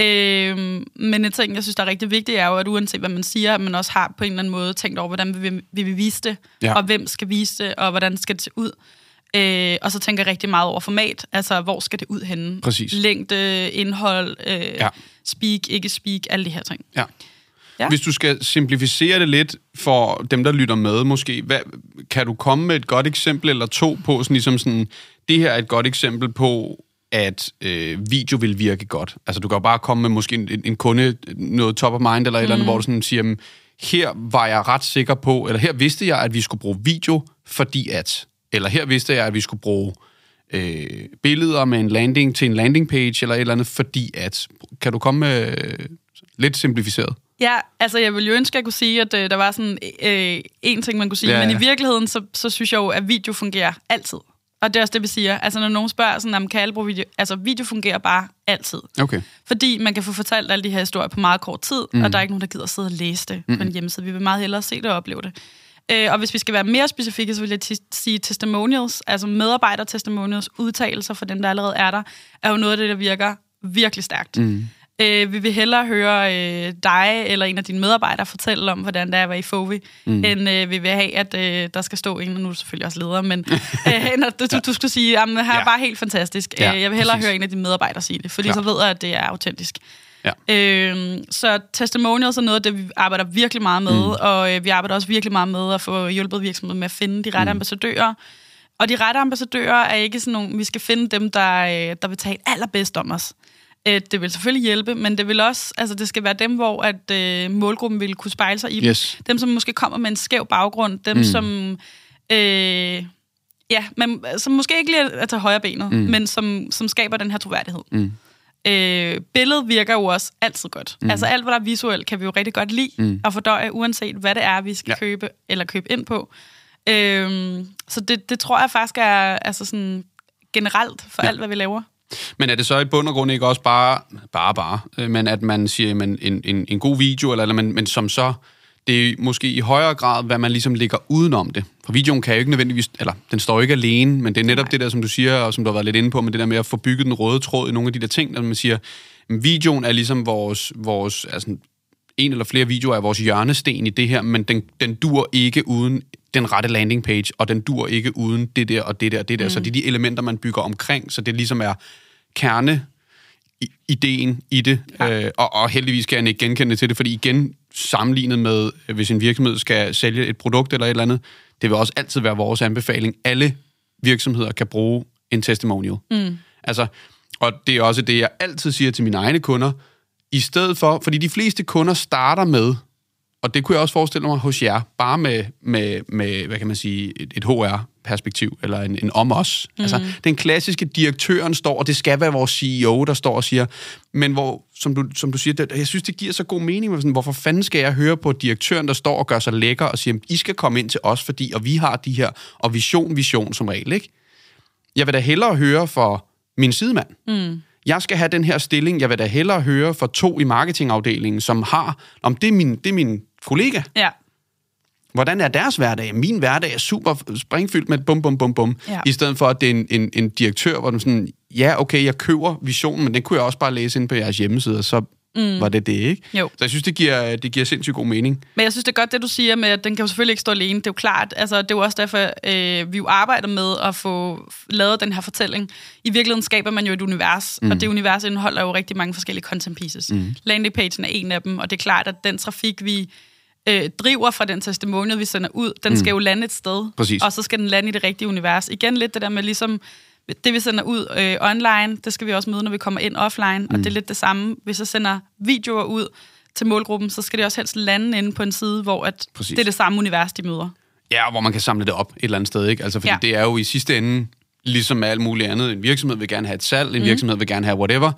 [SPEAKER 1] Øh, men en ting, jeg synes, der er rigtig vigtigt, er jo, at uanset hvad man siger, at man også har på en eller anden måde tænkt over, hvordan vi vil, vi vil vise det, ja. Og hvem skal vise det, og hvordan skal det se ud. Øh, og så tænker jeg rigtig meget over format, altså hvor skal det ud henne?
[SPEAKER 2] Præcis.
[SPEAKER 1] Længde, indhold, øh, ja. Speak, ikke speak, alle de her ting.
[SPEAKER 2] Ja. Ja. Hvis du skal simplificere det lidt for dem, der lytter med måske, hvad, kan du komme med et godt eksempel eller to på, sådan ligesom sådan, det her er et godt eksempel på, at øh, video vil virke godt. Altså du kan jo bare komme med måske en, en kunde, noget top of mind eller et mm. eller andet, hvor du sådan siger, her var jeg ret sikker på, eller her vidste jeg, at vi skulle bruge video, fordi at, eller her vidste jeg, at vi skulle bruge øh, billeder med en landing til en landing page, eller et eller andet, fordi at. Kan du komme med øh, lidt simplificeret?
[SPEAKER 1] Ja, altså jeg ville jo ønske, at jeg kunne sige, at øh, der var sådan øh, en ting, man kunne sige, ja, ja. Men i virkeligheden, så, så synes jeg jo, at video fungerer altid. Og det er også det, vi siger. Altså når nogen spørger, sådan, om kan alle bruge video? Altså video fungerer bare altid.
[SPEAKER 2] Okay.
[SPEAKER 1] Fordi man kan få fortalt alle de her historier på meget kort tid, mm. og der er ikke nogen, der gider sidde og læse det mm. på en hjemmeside. Vi vil meget hellere se det og opleve det. Øh, og hvis vi skal være mere specifikke, så vil jeg t- sige testimonials, altså medarbejder-testimonials, udtalelser for dem, der allerede er der, er jo noget af det, der virker virkelig stærkt. Mm. Øh, vi vil hellere høre øh, dig eller en af dine medarbejdere fortælle om, hvordan det er at være i Fovi, mm. end øh, vi vil have, at øh, der skal stå en, og nu er du selvfølgelig også leder, men øh, end at du, du skal sige, at det her er bare helt fantastisk. Ja, jeg vil hellere præcis. høre en af dine medarbejdere sige det, fordi Klar. så ved jeg, at det er autentisk. Ja. Øh, så testimonials er noget af det, vi arbejder virkelig meget med, mm. og øh, vi arbejder også virkelig meget med at få hjulpet virksomheder med at finde de rette mm. ambassadører. Og de rette ambassadører er ikke sådan nogle, vi skal finde dem, der, øh, der vil tale allerbedst om os. Det vil selvfølgelig hjælpe, men det vil også, altså det skal være dem, hvor at øh, målgruppen vil kunne spejle sig i dem.
[SPEAKER 2] Yes.
[SPEAKER 1] Dem, som måske kommer med en skæv baggrund. Dem, mm. som øh, ja, men, som måske ikke lige er til højre benet, mm. men som, som skaber den her troværdighed. Mm. Øh, billedet virker jo også altid godt. Mm. Altså alt, hvad der er visuelt, kan vi jo rigtig godt lide mm. at fordøje, uanset hvad det er, vi skal ja. købe eller købe ind på. Øh, så det, det tror jeg faktisk er altså sådan generelt for ja. alt, hvad vi laver.
[SPEAKER 2] Men er det så i bund og grund ikke også bare, bare, bare, men at man siger, man, en, en, en god video, eller, eller men, men som så, det er måske i højere grad, hvad man ligesom ligger udenom det. For videoen kan jo ikke nødvendigvis, eller den står jo ikke alene, men det er netop Nej. det der, som du siger, og som du har været lidt inde på, med det der med at få bygget den røde tråd i nogle af de der ting, at man siger, videoen er ligesom vores, vores altså en eller flere videoer er vores hjørnesten i det her, men den, den dur ikke uden den rette landing page, og den dur ikke uden det der og det der og det der. Mm. Så det er de elementer, man bygger omkring, så det ligesom er kerneideen i det. Ja. Øh, og, og heldigvis kan jeg ikke genkende til det, fordi igen, sammenlignet med, hvis en virksomhed skal sælge et produkt eller et eller andet, det vil også altid være vores anbefaling. Alle virksomheder kan bruge en testimonial. Mm. Altså, og det er også det, jeg altid siger til mine egne kunder, i stedet for, fordi de fleste kunder starter med, og det kunne jeg også forestille mig hos jer, bare med, med, med hvad kan man sige, et, et H R-perspektiv, eller en, en om os. Mm. Altså, den klassiske direktøren står, og det skal være vores C E O, der står og siger, men hvor, som du, som du siger, det, jeg synes, det giver så god mening, sådan, hvorfor fanden skal jeg høre på direktøren, der står og gør sig lækker, og siger, I skal komme ind til os, fordi, og vi har de her, og vision, vision som regel, ikke? Jeg vil da hellere høre for min sidemand. Mm. Jeg skal have den her stilling, jeg vil da hellere høre for to i marketingafdelingen, som har, om det er min, det er min kollega.
[SPEAKER 1] Ja.
[SPEAKER 2] Hvordan er deres hverdag? Min hverdag er super springfyldt med bum, bum, bum, bum. Ja. I stedet for, at det er en, en, en direktør, hvor den sådan, ja, okay, jeg køber visionen, men den kunne jeg også bare læse ind på jeres hjemmeside, så mm. var det det, ikke?
[SPEAKER 1] Jo.
[SPEAKER 2] Så jeg synes, det giver, det giver sindssygt god mening.
[SPEAKER 1] Men jeg synes, det er godt, det du siger med, at den kan jo selvfølgelig ikke stå alene. Det er jo klart, altså det er jo også derfor, øh, vi jo arbejder med at få lavet den her fortælling. I virkeligheden skaber man jo et univers, mm. og det univers indeholder jo rigtig mange forskellige content pieces. Mm. Landingpagen er en af dem, og det er klart, at den trafik, vi øh, driver fra den testimonial, vi sender ud, den mm. skal jo lande et sted,
[SPEAKER 2] Præcis.
[SPEAKER 1] og så skal den lande i det rigtige univers. Igen lidt det der med ligesom, det vi sender ud øh, online, det skal vi også møde, når vi kommer ind offline, mm. og det er lidt det samme. Hvis jeg sender videoer ud til målgruppen, så skal det også helst lande inde på en side, hvor at det er det samme univers, de møder.
[SPEAKER 2] Ja, hvor man kan samle det op et eller andet sted, ikke? Altså, fordi ja. det er jo i sidste ende, ligesom med alt muligt andet. En virksomhed vil gerne have et salg, en mm. virksomhed vil gerne have whatever.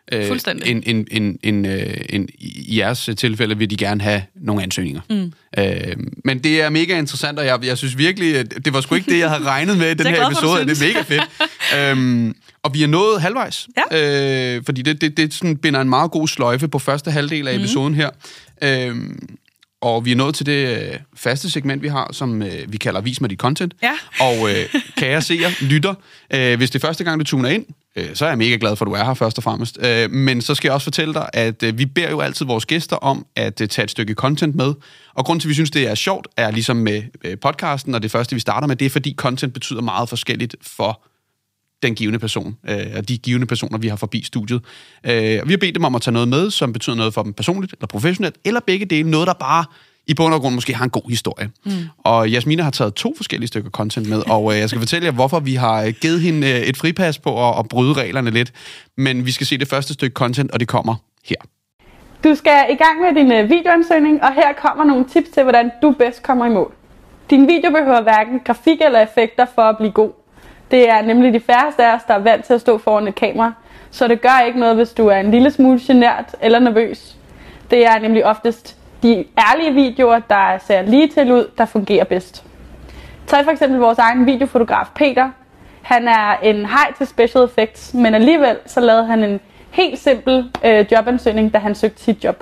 [SPEAKER 2] Øh,
[SPEAKER 1] Fuldstændig.
[SPEAKER 2] En, en, en, en, en, en, I jeres tilfælde vil de gerne have nogle ansøgninger. Mm. Øh, men det er mega interessant, og jeg, jeg synes virkelig, det var sgu ikke det, jeg havde regnet med i den her episode. Det er mega fedt. øhm, og vi er nået halvvejs, ja. øh, fordi det, det, det sådan binder en meget god sløjfe på første halvdel af episoden mm. her. Øhm, og vi er nået til det øh, faste segment, vi har, som øh, vi kalder Vis mig dit content.
[SPEAKER 1] Ja.
[SPEAKER 2] Og øh, kære seere, lytter, øh, hvis det er første gang, du tuner ind, øh, så er jeg mega glad for, at du er her først og fremmest. Øh, men så skal jeg også fortælle dig, at øh, vi beder jo altid vores gæster om at øh, tage et stykke content med. Og grunden til, at vi synes, det er sjovt, er ligesom med øh, podcasten, og det første, vi starter med, det er, fordi content betyder meget forskelligt for den givende person, øh, og de givende personer, vi har forbi studiet. Øh, vi har bedt dem om at tage noget med, som betyder noget for dem personligt eller professionelt, eller begge dele, noget, der bare i bund og grund måske har en god historie. Mm. Og Jasmina har taget to forskellige stykker content med, og øh, jeg skal fortælle jer, hvorfor vi har givet hende øh, et fripas på at, at bryde reglerne lidt. Men vi skal se det første stykke content, og det kommer her.
[SPEAKER 3] Du skal i gang med din videoansøgning, og her kommer nogle tips til, hvordan du bedst kommer i mål. Din video behøver hverken grafik eller effekter for at blive god. Det er nemlig de færreste af os, der er vant til at stå foran et kamera, så det gør ikke noget, hvis du er en lille smule genert eller nervøs. Det er nemlig oftest de ærlige videoer, der ser lige til ud, der fungerer bedst. Tag for eksempel vores egen videofotograf Peter. Han er en hej til special effects, men alligevel så lavede han en helt simpel øh, jobansøgning, da han søgte sit job.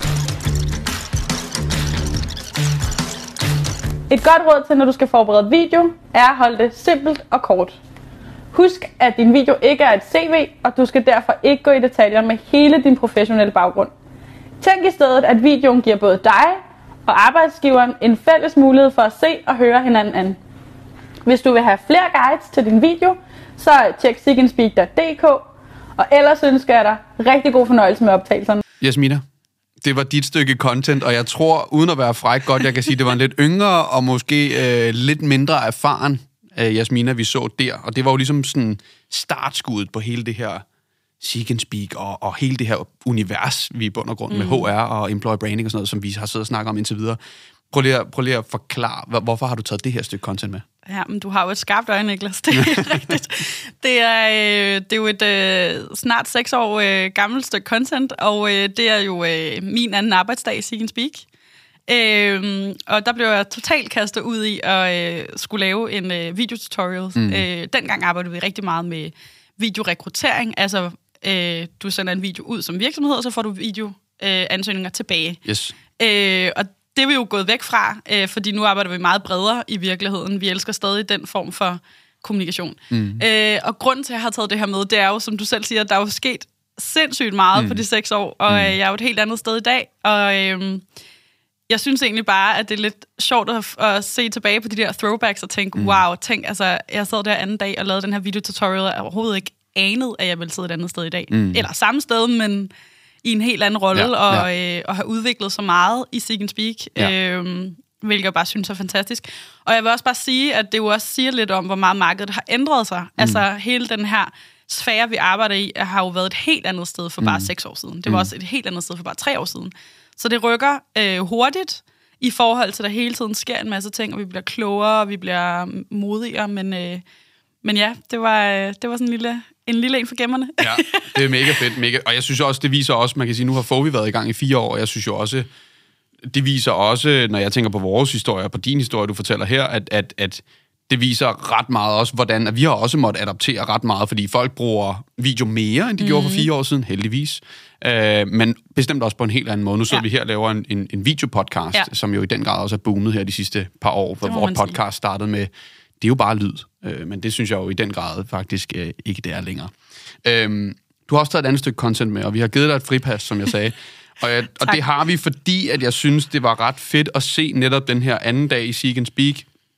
[SPEAKER 3] Et godt råd til, når du skal forberede video, er at holde det simpelt og kort. Husk, at din video ikke er et C V, og du skal derfor ikke gå i detaljer med hele din professionelle baggrund. Tænk i stedet, at videoen giver både dig og arbejdsgiveren en fælles mulighed for at se og høre hinanden an. Hvis du vil have flere guides til din video, så tjek seekandspeak punktum d k, og ellers ønsker jeg dig rigtig god fornøjelse med optagelserne.
[SPEAKER 2] Jasmina, det var dit stykke content, og jeg tror, uden at være fræk godt, jeg kan sige, det var en lidt yngre og måske øh, lidt mindre erfaren øh, Jasmina, vi så der. Og det var jo ligesom sådan startskuddet på hele det her Seek and Speak og, og hele det her univers, vi i bund og grund mm. med H R og employer branding og sådan noget, som vi har siddet og snakket om indtil videre. Prøv lige, at, prøv lige at forklare, hvorfor har du taget det her stykke content med?
[SPEAKER 1] Ja, men du har jo et skarpt øje, Niklas. Det er rigtigt. Det er, øh, det er jo et øh, snart seks år øh, gammelt stykke content, og øh, det er jo øh, min anden arbejdsdag i Seek and Speak. Øh, og der blev jeg totalt kastet ud i at øh, skulle lave en øh, videotutorial. Mm. Øh, dengang arbejdede vi rigtig meget med videorekruttering, altså øh, du sender en video ud som virksomhed, og så får du videoansøgninger øh, tilbage.
[SPEAKER 2] Yes.
[SPEAKER 1] Øh, og det er vi jo gået væk fra, øh, fordi nu arbejder vi meget bredere i virkeligheden. Vi elsker stadig den form for kommunikation. Mm. Øh, og grunden til, at jeg har taget det her med, det er jo, som du selv siger, der er jo sket sindssygt meget mm. på de seks år, og mm. øh, jeg er jo et helt andet sted i dag. Og øh, jeg synes egentlig bare, at det er lidt sjovt at, at se tilbage på de der throwbacks og tænke, mm. wow, tænk, altså, jeg sad der anden dag og lavede den her videotutorial, og jeg overhovedet ikke anede, at jeg ville sidde et andet sted i dag. Mm. Eller samme sted, men i en helt anden rolle, ja, og, ja. Øh, og have udviklet så meget i Seek and Speak, ja. øh, hvilket jeg bare synes er fantastisk. Og jeg vil også bare sige, at det jo også siger lidt om, hvor meget markedet har ændret sig. Mm. Altså hele den her sfære, vi arbejder i, har jo været et helt andet sted for bare mm. seks år siden. Det var mm. også et helt andet sted for bare tre år siden. Så det rykker øh, hurtigt i forhold til, at der hele tiden sker en masse ting, og vi bliver klogere, og vi bliver modigere, men, øh, men ja, det var, øh, det var sådan en lille... En lille en for gemmerne.
[SPEAKER 2] Ja, det er mega fedt. Mega. Og jeg synes også, det viser også, man kan sige, nu har Fovi været i gang i fire år, og jeg synes jo også, det viser også, når jeg tænker på vores historie, og på din historie, du fortæller her, at, at, at det viser ret meget også, hvordan at vi har også måttet adaptere ret meget, fordi folk bruger video mere, end de mm. gjorde for fire år siden, heldigvis. Øh, men bestemt også på en helt anden måde. Nu sidder ja. vi her og laver en, en, en videopodcast, ja. som jo i den grad også er boomet her de sidste par år, hvor vores podcast startede med, det er jo bare lyd. Øh, men det synes jeg jo i den grad faktisk øh, ikke det er længere. Øh, du har også taget et andet stykke content med, og vi har givet dig et fripas, som jeg sagde. og, jeg, og det har vi, fordi at jeg synes, det var ret fedt at se netop den her anden dag i Seek and Speak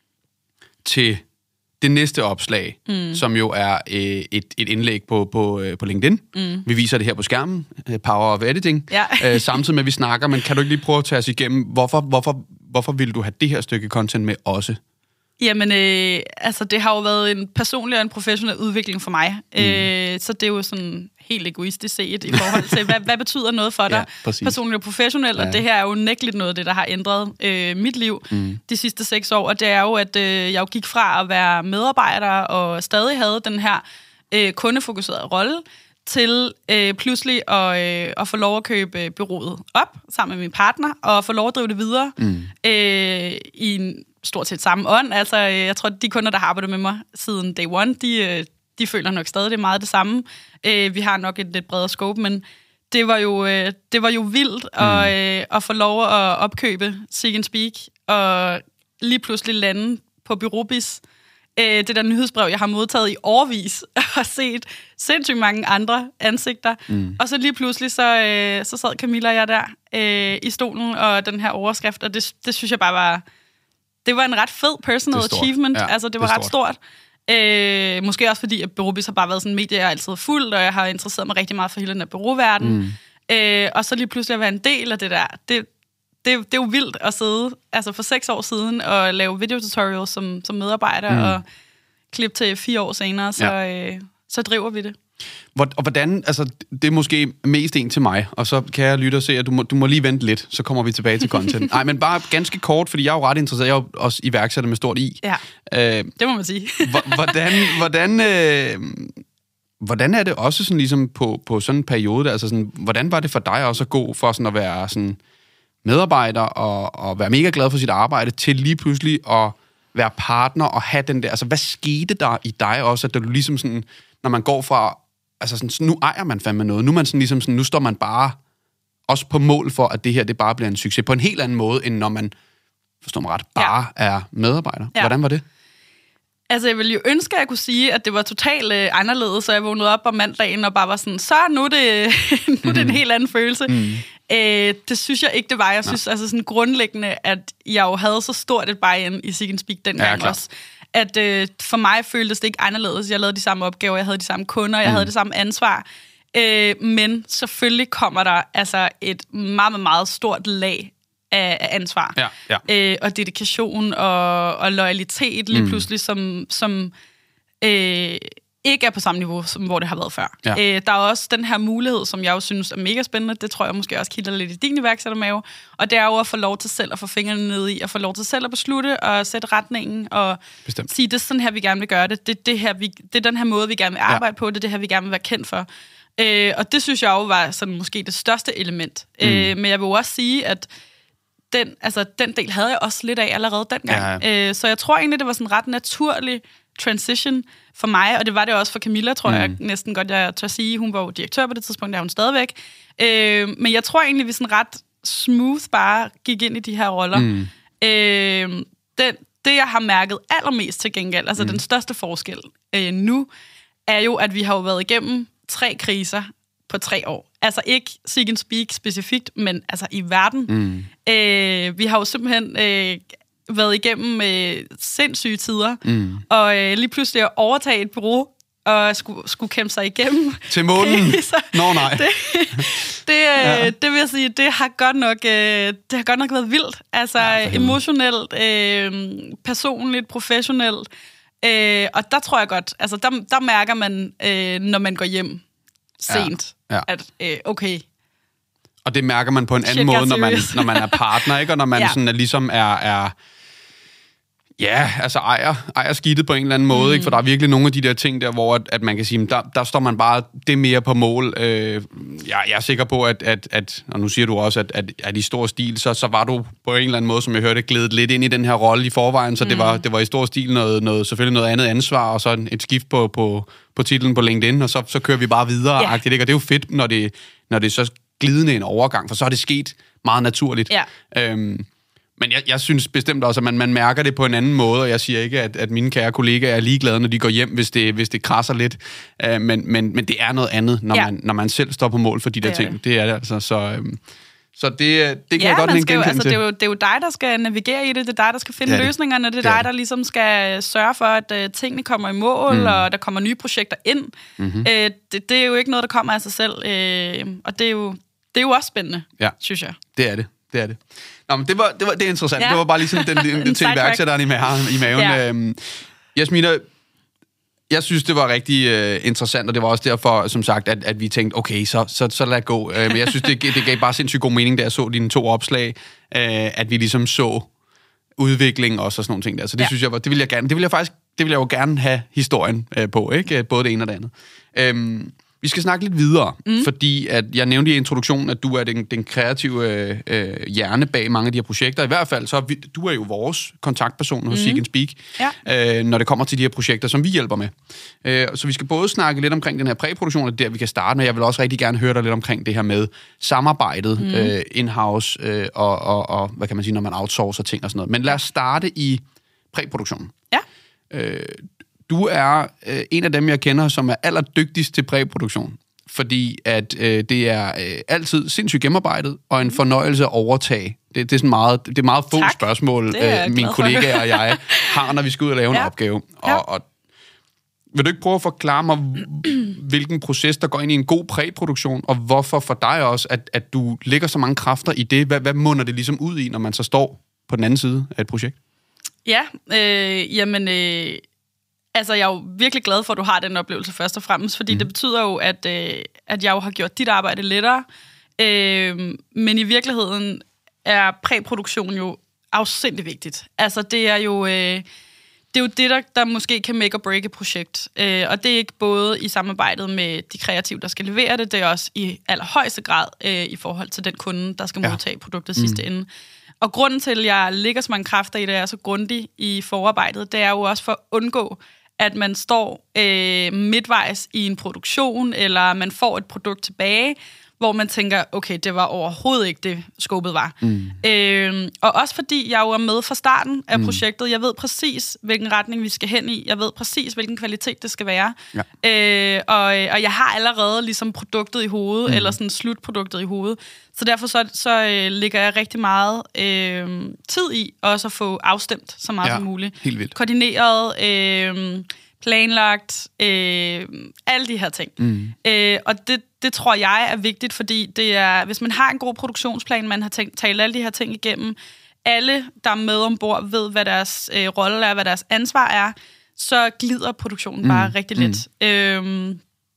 [SPEAKER 2] til det næste opslag, mm. som jo er øh, et, et indlæg på, på, øh, på LinkedIn. Mm. Vi viser det her på skærmen, øh, Power of Editing, ja. øh, samtidig med, at vi snakker. Men kan du ikke lige prøve at tage os igennem, hvorfor, hvorfor, hvorfor vil du have det her stykke content med også?
[SPEAKER 1] Jamen, øh, altså, det har jo været en personlig og en professionel udvikling for mig. Mm. Øh, så det er jo sådan helt egoistisk set i forhold til, hvad, hvad betyder noget for dig, ja, personligt og professionelt. Ja. Og det her er jo nægteligt noget af det, der har ændret øh, mit liv mm. de sidste seks år. Og det er jo, at øh, jeg jo gik fra at være medarbejder og stadig havde den her øh, kundefokuserede rolle, til øh, pludselig at, øh, at få lov at købe øh, bureauet op sammen med min partner, og få lov at drive det videre mm. øh, i en stort set samme ånd. Altså, øh, jeg tror, at de kunder, der har arbejdet med mig siden day one, de, øh, de føler nok stadig, det er meget det samme. Øh, vi har nok et lidt bredere scope, men det var jo, øh, det var jo vildt mm. at, øh, at få lov at opkøbe Seek and Speak, og lige pludselig lande på Bureaubis. Øh, det der nyhedsbrev, jeg har modtaget i årevis, og set sindssygt mange andre ansigter. Mm. Og så lige pludselig, så, øh, så sad Camilla og jeg der øh, i stolen, og den her overskrift, og det, det synes jeg bare var... Det var en ret fed personal achievement. Ja, altså, det var det ret stort. Øh, måske også fordi, at Bureaubis har bare været sådan en medie, jeg altid fulgt, og jeg har interesseret mig rigtig meget for hele den her bureauverden. Mm. Øh, og så lige pludselig at være en del af det der, det, det, det er jo vildt at sidde altså for seks år siden og lave videotutorials som, som medarbejder, mm. og klippe til fire år senere, så, ja. øh, så driver vi det.
[SPEAKER 2] Hvor, og hvordan, altså, det er måske mest en til mig, og så kan jeg lytte og se, at du må, du må lige vente lidt, så kommer vi tilbage til content. Nej, men bare ganske kort, fordi jeg er jo ret interesseret, jeg er jo også iværksætter med stort I.
[SPEAKER 1] Ja, øh, det må man sige.
[SPEAKER 2] hvordan, hvordan, øh, hvordan er det også sådan ligesom på, på sådan en periode, altså sådan, hvordan var det for dig også at gå for sådan at være sådan medarbejder og, og være mega glad for sit arbejde, til lige pludselig at være partner og have den der, altså hvad skete der i dig også, at du ligesom sådan, når man går fra, altså sådan, nu ejer man fandme noget, nu er man sådan ligesom sådan, nu står man bare også på mål for, at det her, det bare bliver en succes, på en helt anden måde, end når man, forstår man ret, bare ja. er medarbejder. Ja. Hvordan var det?
[SPEAKER 1] Altså, jeg ville jo ønske, at jeg kunne sige, at det var totalt øh, anderledes, så jeg vågnede op om mandagen og bare var sådan, så nu er det, nu er det en helt anden følelse. Mm. Øh, det synes jeg ikke, det var. Jeg synes altså sådan grundlæggende, at jeg jo havde så stort et buy-in i Seek and Speak dengang ja, også, at øh, for mig føltes det ikke anderledes. Jeg lavede de samme opgaver, jeg havde de samme kunder, jeg mm. havde det samme ansvar. Øh, men selvfølgelig kommer der altså et meget, meget, meget stort lag af, af ansvar. Ja, ja. Øh, og dedikation og, og loyalitet lige mm. pludselig, som, som øh, ikke er på samme niveau, som hvor det har været før. Ja. Øh, der er også den her mulighed, som jeg jo synes er mega spændende. Det tror jeg måske også kilder lidt i din iværksættermave. Og det er jo at få lov til selv at få fingrene ned i, og få lov til selv at beslutte og sætte retningen, og Bestemt. sige, det er sådan her, vi gerne vil gøre det. Det, det, her, vi, det er den her måde, vi gerne vil arbejde ja. på. Det er det her, vi gerne vil være kendt for. Øh, og det synes jeg jo var sådan, måske det største element. Mm. Øh, men jeg vil også sige, at den, altså, den del havde jeg også lidt af allerede dengang. Ja. Øh, så jeg tror egentlig, det var sådan en ret naturlig transition for mig, og det var det også for Camilla, tror mm. jeg næsten godt, jeg tør sige. Hun var jo direktør på det tidspunkt, der er hun stadigvæk. Øh, men jeg tror egentlig, vi sådan ret smooth bare gik ind i de her roller. Mm. Øh, den, det, jeg har mærket allermest til gengæld, altså mm. den største forskel øh, nu, er jo, at vi har jo været igennem tre kriser på tre år. Altså ikke Seek and Speak specifikt, men altså i verden. Mm. Øh, vi har jo simpelthen øh, været igennem øh, sindssyge tider, mm. og øh, lige pludselig at overtage et bureau, og skulle, skulle kæmpe sig igennem.
[SPEAKER 2] Til månen? Nå nej.
[SPEAKER 1] Det, det, ja. det vil jeg sige, det har godt nok, øh, det har godt nok været vildt. Altså ja, emotionelt, øh, personligt, professionelt. Øh, og der tror jeg godt, altså der, der mærker man, øh, når man går hjem sent, ja, ja. at øh, okay.
[SPEAKER 2] Og det mærker man på en anden måde, når man, når man er partner, ikke? Og når man ja. sådan er, ligesom er, er ja, altså ejer, ejer skidtet på en eller anden måde, mm. ikke? For der er virkelig nogle af de der ting der, hvor at, at man kan sige, der, der står man bare det mere på mål. Øh, jeg, jeg er sikker på, at, at, at, og nu siger du også, at, at, at i stor stil, så, så var du på en eller anden måde, som jeg hørte, glædet lidt ind i den her rolle i forvejen, så mm. det, var, det var i stor stil noget, noget, selvfølgelig noget andet ansvar, og så et skift på, på, på titlen på LinkedIn, og så, så kører vi bare videre. Yeah. Og det er jo fedt, når det, når det er så glidende en overgang, for så er det sket meget naturligt. Yeah. Øhm, Men jeg, jeg synes bestemt også, at man, man mærker det på en anden måde, og jeg siger ikke, at, at mine kære kollegaer er ligeglade, når de går hjem, hvis det, hvis det krasser lidt. Uh, men, men, men det er noget andet, når, ja. man, når man selv står på mål for de der det ting. Det. det er det altså. Så, um, så det, det kan ja, jeg godt genkende til. Altså, det, er jo, det er jo dig, der skal navigere i det. Det er dig, der skal finde det løsningerne. Det er det dig, der ligesom skal sørge for, at uh, tingene kommer i mål, mm. og der kommer nye projekter ind. Mm-hmm. Uh, det, det er jo ikke noget, der kommer af sig selv. Uh, og det er, jo, det er jo også spændende, ja. synes jeg. Det er det. Det er det. Nå, men det var, det var det er interessant. Ja. Det var bare lige sådan den, den, den til iværksætteren i maven. I maven. Ja. Øhm, Jasmina, jeg synes, det var rigtig uh, interessant, og det var også derfor, som sagt, at, at vi tænkte, okay, så, så, så lad gå. Uh, men jeg synes, det, det gav bare sindssygt god mening, da jeg så dine to opslag, uh, at vi ligesom så udvikling også og sådan nogle ting der. Så det ja. synes jeg, det ville jeg gerne, det ville jeg faktisk, det ville jeg jo gerne have historien uh, på, ikke? Både det ene og det andet. Um, Vi skal snakke lidt videre, mm. fordi at jeg nævnte i introduktionen, at du er den, den kreative øh, hjerne bag mange af de her projekter. I hvert fald, så er vi, du er jo vores kontaktperson hos mm. Seek and Speak, ja. øh, når det kommer til de her projekter, som vi hjælper med. Øh, så vi skal både snakke lidt omkring den her præproduktion, og der vi kan starte, og jeg vil også rigtig gerne høre dig lidt omkring det her med samarbejdet mm. øh, in-house, øh, og, og, og hvad kan man sige, når man outsourcer ting og sådan noget. Men lad os starte i præproduktionen.
[SPEAKER 1] Ja.
[SPEAKER 2] Øh, Du er øh, en af dem, jeg kender, som er allerdygtigst til præproduktion. Fordi at øh, det er øh, altid sindssygt gennemarbejdet, og en fornøjelse at overtage. Det, det er sådan meget, det er meget få tak. spørgsmål, øh, mine kollegaer og jeg har, når vi skal ud og lave ja. en opgave. Og, ja. og vil du ikke prøve at forklare mig, hvilken proces, der går ind i en god præproduktion, og hvorfor for dig også, at, at du lægger så mange kræfter i det? Hvad, hvad munder det ligesom ud i, når man så står på den anden side af et projekt?
[SPEAKER 1] Ja, øh, jamen... Øh Altså, jeg er jo virkelig glad for, at du har den oplevelse først og fremmest, fordi mm. det betyder jo, at, øh, at jeg jo har gjort dit arbejde lettere. Øh, men i virkeligheden er præproduktion jo afsindig vigtigt. Altså, det er jo, øh, det, er jo det, der, der måske kan make or break et projekt. Øh, og det er ikke både i samarbejdet med de kreative, der skal levere det, det er også i allerhøjeste grad øh, i forhold til den kunde, der skal modtage ja. produktet sidste mm. ende. Og grunden til, at jeg lægger så mange kræfter i det, er så grundig i forarbejdet, det er jo også for at undgå, at man står øh, midtvejs i en produktion, eller man får et produkt tilbage, hvor man tænker, okay, det var overhovedet ikke det, skåbet var. Mm. Øh, og også fordi jeg jo er med fra starten af mm. projektet. Jeg ved præcis, hvilken retning vi skal hen i. Jeg ved præcis, hvilken kvalitet det skal være. Ja. Øh, og, og jeg har allerede ligesom produktet i hovedet, mm. eller sådan slutproduktet i hovedet. Så derfor så, så øh, lægger jeg rigtig meget øh, tid i også at få afstemt så meget
[SPEAKER 2] ja,
[SPEAKER 1] som muligt.
[SPEAKER 2] Helt vildt.
[SPEAKER 1] Koordineret, øh, planlagt, øh, alle de her ting. Mm. Øh, og det, det tror jeg er vigtigt, fordi det er, hvis man har en god produktionsplan, man har tænkt, talt alle de her ting igennem, alle, der er med ombord, ved, hvad deres øh, rolle er, hvad deres ansvar er, så glider produktionen mm. bare rigtig let. Mm. Øhm,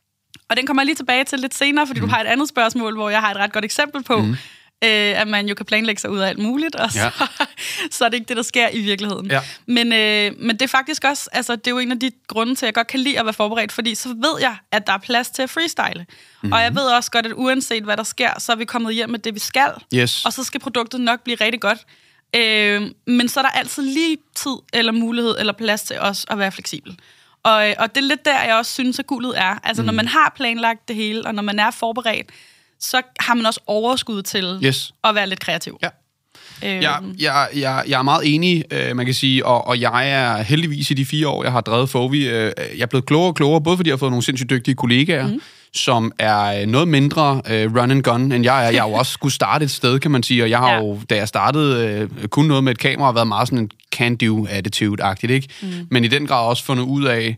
[SPEAKER 1] og den kommer jeg lige tilbage til lidt senere, fordi mm. du har et andet spørgsmål, hvor jeg har et ret godt eksempel på, mm. øh, at man jo kan planlægge sig ud af alt muligt, og så, ja. så er det ikke det, der sker i virkeligheden. Ja. Men, øh, men det er faktisk også, altså det er jo en af de grunde til, at jeg godt kan lide at være forberedt, fordi så ved jeg, at der er plads til at freestyle. Mm. Og jeg ved også godt, at uanset hvad der sker, så er vi kommet hjem med det, vi skal,
[SPEAKER 2] yes.
[SPEAKER 1] og så skal produktet nok blive rigtig godt. Øh, men så er der altid lige tid, eller mulighed, eller plads til os at være fleksibel. Og, og det er lidt der, jeg også synes, at guldet er. Altså, mm. når man har planlagt det hele, og når man er forberedt, så har man også overskud til
[SPEAKER 2] yes.
[SPEAKER 1] at være lidt kreativ.
[SPEAKER 2] Ja. Øhm. Jeg, jeg, jeg, jeg er meget enig, øh, man kan sige, og, og jeg er heldigvis i de fire år, jeg har drevet Fovi, øh, jeg er blevet klogere og klogere, både fordi jeg har fået nogle sindssygt dygtige kollegaer, mm. som er noget mindre øh, run and gun, end jeg er. Jeg har jo også skulle starte et sted, kan man sige, og jeg har ja. jo, da jeg startede, øh, kun noget med et kamera, været meget sådan en can-do-attitude-agtigt, ikke? Mm. Men i den grad også fundet ud af,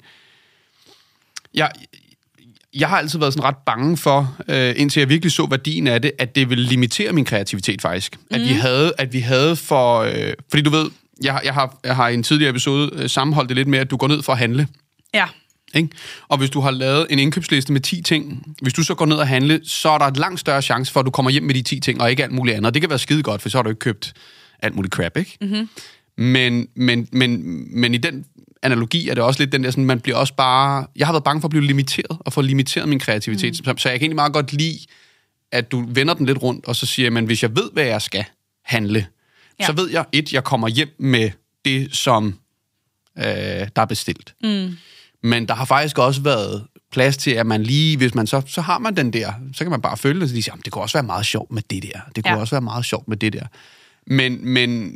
[SPEAKER 2] jeg... Jeg har altid været sådan ret bange for, øh, indtil jeg virkelig så værdien af det, at det ville limitere min kreativitet faktisk. Mm. At vi havde, at vi havde for... Øh, fordi du ved, jeg, jeg, har, jeg har i en tidligere episode øh, sammenholdt det lidt med, at du går ned for at handle.
[SPEAKER 1] Ja.
[SPEAKER 2] Ikke? Og hvis du har lavet en indkøbsliste med ti ting, hvis du så går ned og handle, så er der et langt større chance for, at du kommer hjem med de ti ting, og ikke alt muligt andet. Og det kan være skide godt, for så har du ikke købt alt muligt crap, ikke? Mm-hmm. Men, men, men, men i den analogi er det også lidt den der, sådan, man bliver også bare... Jeg har været bange for at blive limiteret, og få limiteret min kreativitet. Mm. Så, så jeg kan egentlig meget godt lide, at du vender den lidt rundt, og så siger man, hvis jeg ved, hvad jeg skal handle, ja. så ved jeg, et, jeg kommer hjem med det, som øh, der er bestilt. Mm. Men der har faktisk også været plads til, at man lige, hvis man så, så har man den der, så kan man bare følge det, og så lige sige, det kunne også være meget sjovt med det der. Det kunne ja. også være meget sjovt med det der. Men... men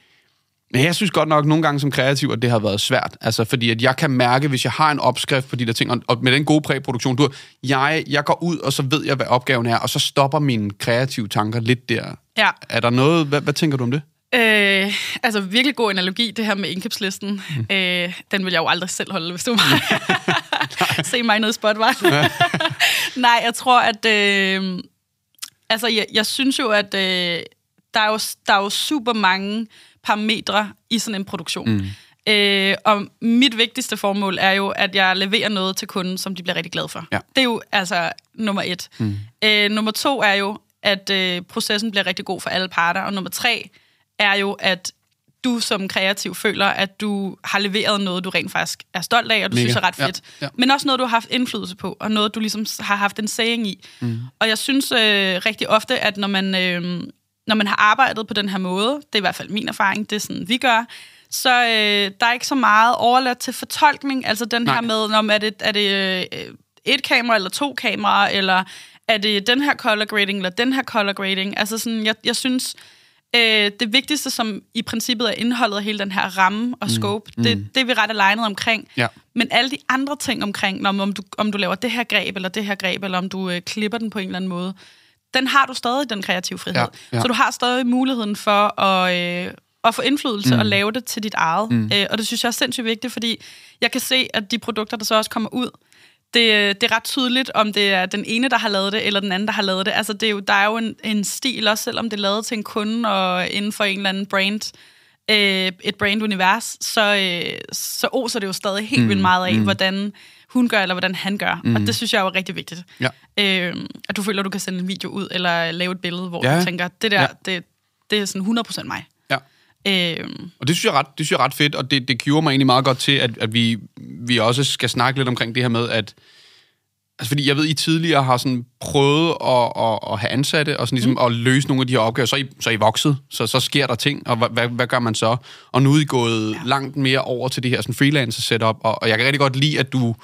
[SPEAKER 2] Men jeg synes godt nok nogle gange som kreativ, at det har været svært. Altså, fordi at jeg kan mærke, hvis jeg har en opskrift på de der ting, og med den gode præproduktion, du, jeg, jeg går ud, og så ved jeg, hvad opgaven er, og så stopper mine kreative tanker lidt der. Ja. Er der noget, hvad, hvad tænker du om det?
[SPEAKER 1] Øh, altså, virkelig god analogi, det her med indkøbslisten. Mm. Øh, den vil jeg jo aldrig selv holde, hvis du mig. Se mig nede i Spotify. Nej, jeg tror, at... Øh, altså, jeg, jeg synes jo, at øh, der, er jo, der er jo super mange parametre i sådan en produktion. Mm. Øh, og mit vigtigste formål er jo, at jeg leverer noget til kunden, som de bliver rigtig glade for. Ja. Det er jo altså nummer et. Mm. Øh, nummer to er jo, at øh, processen bliver rigtig god for alle parter. Og nummer tre er jo, at du som kreativ føler, at du har leveret noget, du rent faktisk er stolt af, og du Mega. synes er ret fedt. Ja, ja. Men også noget, du har haft indflydelse på, og noget, du ligesom har haft en saying i. Mm. Og jeg synes øh, rigtig ofte, at når man, øh, når man har arbejdet på den her måde, det er i hvert fald min erfaring, det er sådan, vi gør, så øh, der er ikke så meget overladt til fortolkning. Altså den Nej. her med, når er det, er det øh, et kamera eller to kameraer, eller er det den her color grading, eller den her color grading. Altså sådan, jeg, jeg synes... Øh, det vigtigste, som i princippet er indholdet af hele den her ramme og scope, mm. det, det er vi ret alignet omkring. Ja. Men alle de andre ting omkring, om, om, du, om du laver det her greb, eller det her greb, eller om du øh, klipper den på en eller anden måde, den har du stadig, den kreative frihed. Ja, ja. Så du har stadig muligheden for at, øh, at få indflydelse mm. og lave det til dit eget. Mm. Øh, og det synes jeg er sindssygt vigtigt, fordi jeg kan se, at de produkter, der så også kommer ud, Det, det er ret tydeligt, om det er den ene, der har lavet det, eller den anden, der har lavet det. Altså, det er jo, der er jo en, en stil, også selvom det er lavet til en kunde, og inden for en eller anden brand, øh, et brandunivers, så, øh, så oser det jo stadig helt vildt meget af, mm. hvordan hun gør, eller hvordan han gør. Mm. Og det synes jeg er jo rigtig vigtigt. Ja. Øh, at du føler, at du kan sende en video ud, eller lave et billede, hvor ja. du tænker, det der, ja. det, det er sådan hundrede procent mig. Ja.
[SPEAKER 2] Øhm. Og det synes jeg ret, det synes jeg er ret fedt, og det, det giver mig egentlig meget godt til, at, at vi, vi også skal snakke lidt omkring det her med, at altså fordi jeg ved, I tidligere har sådan prøvet at, at, at have ansatte, og sådan ligesom mm. at løse nogle af de her opgaver, så er I, så er I vokset, så, så sker der ting, og hvad, hvad gør man så? Og nu er I gået ja. langt mere over til det her sådan freelancer-setup, og, og jeg kan rigtig godt lide, at du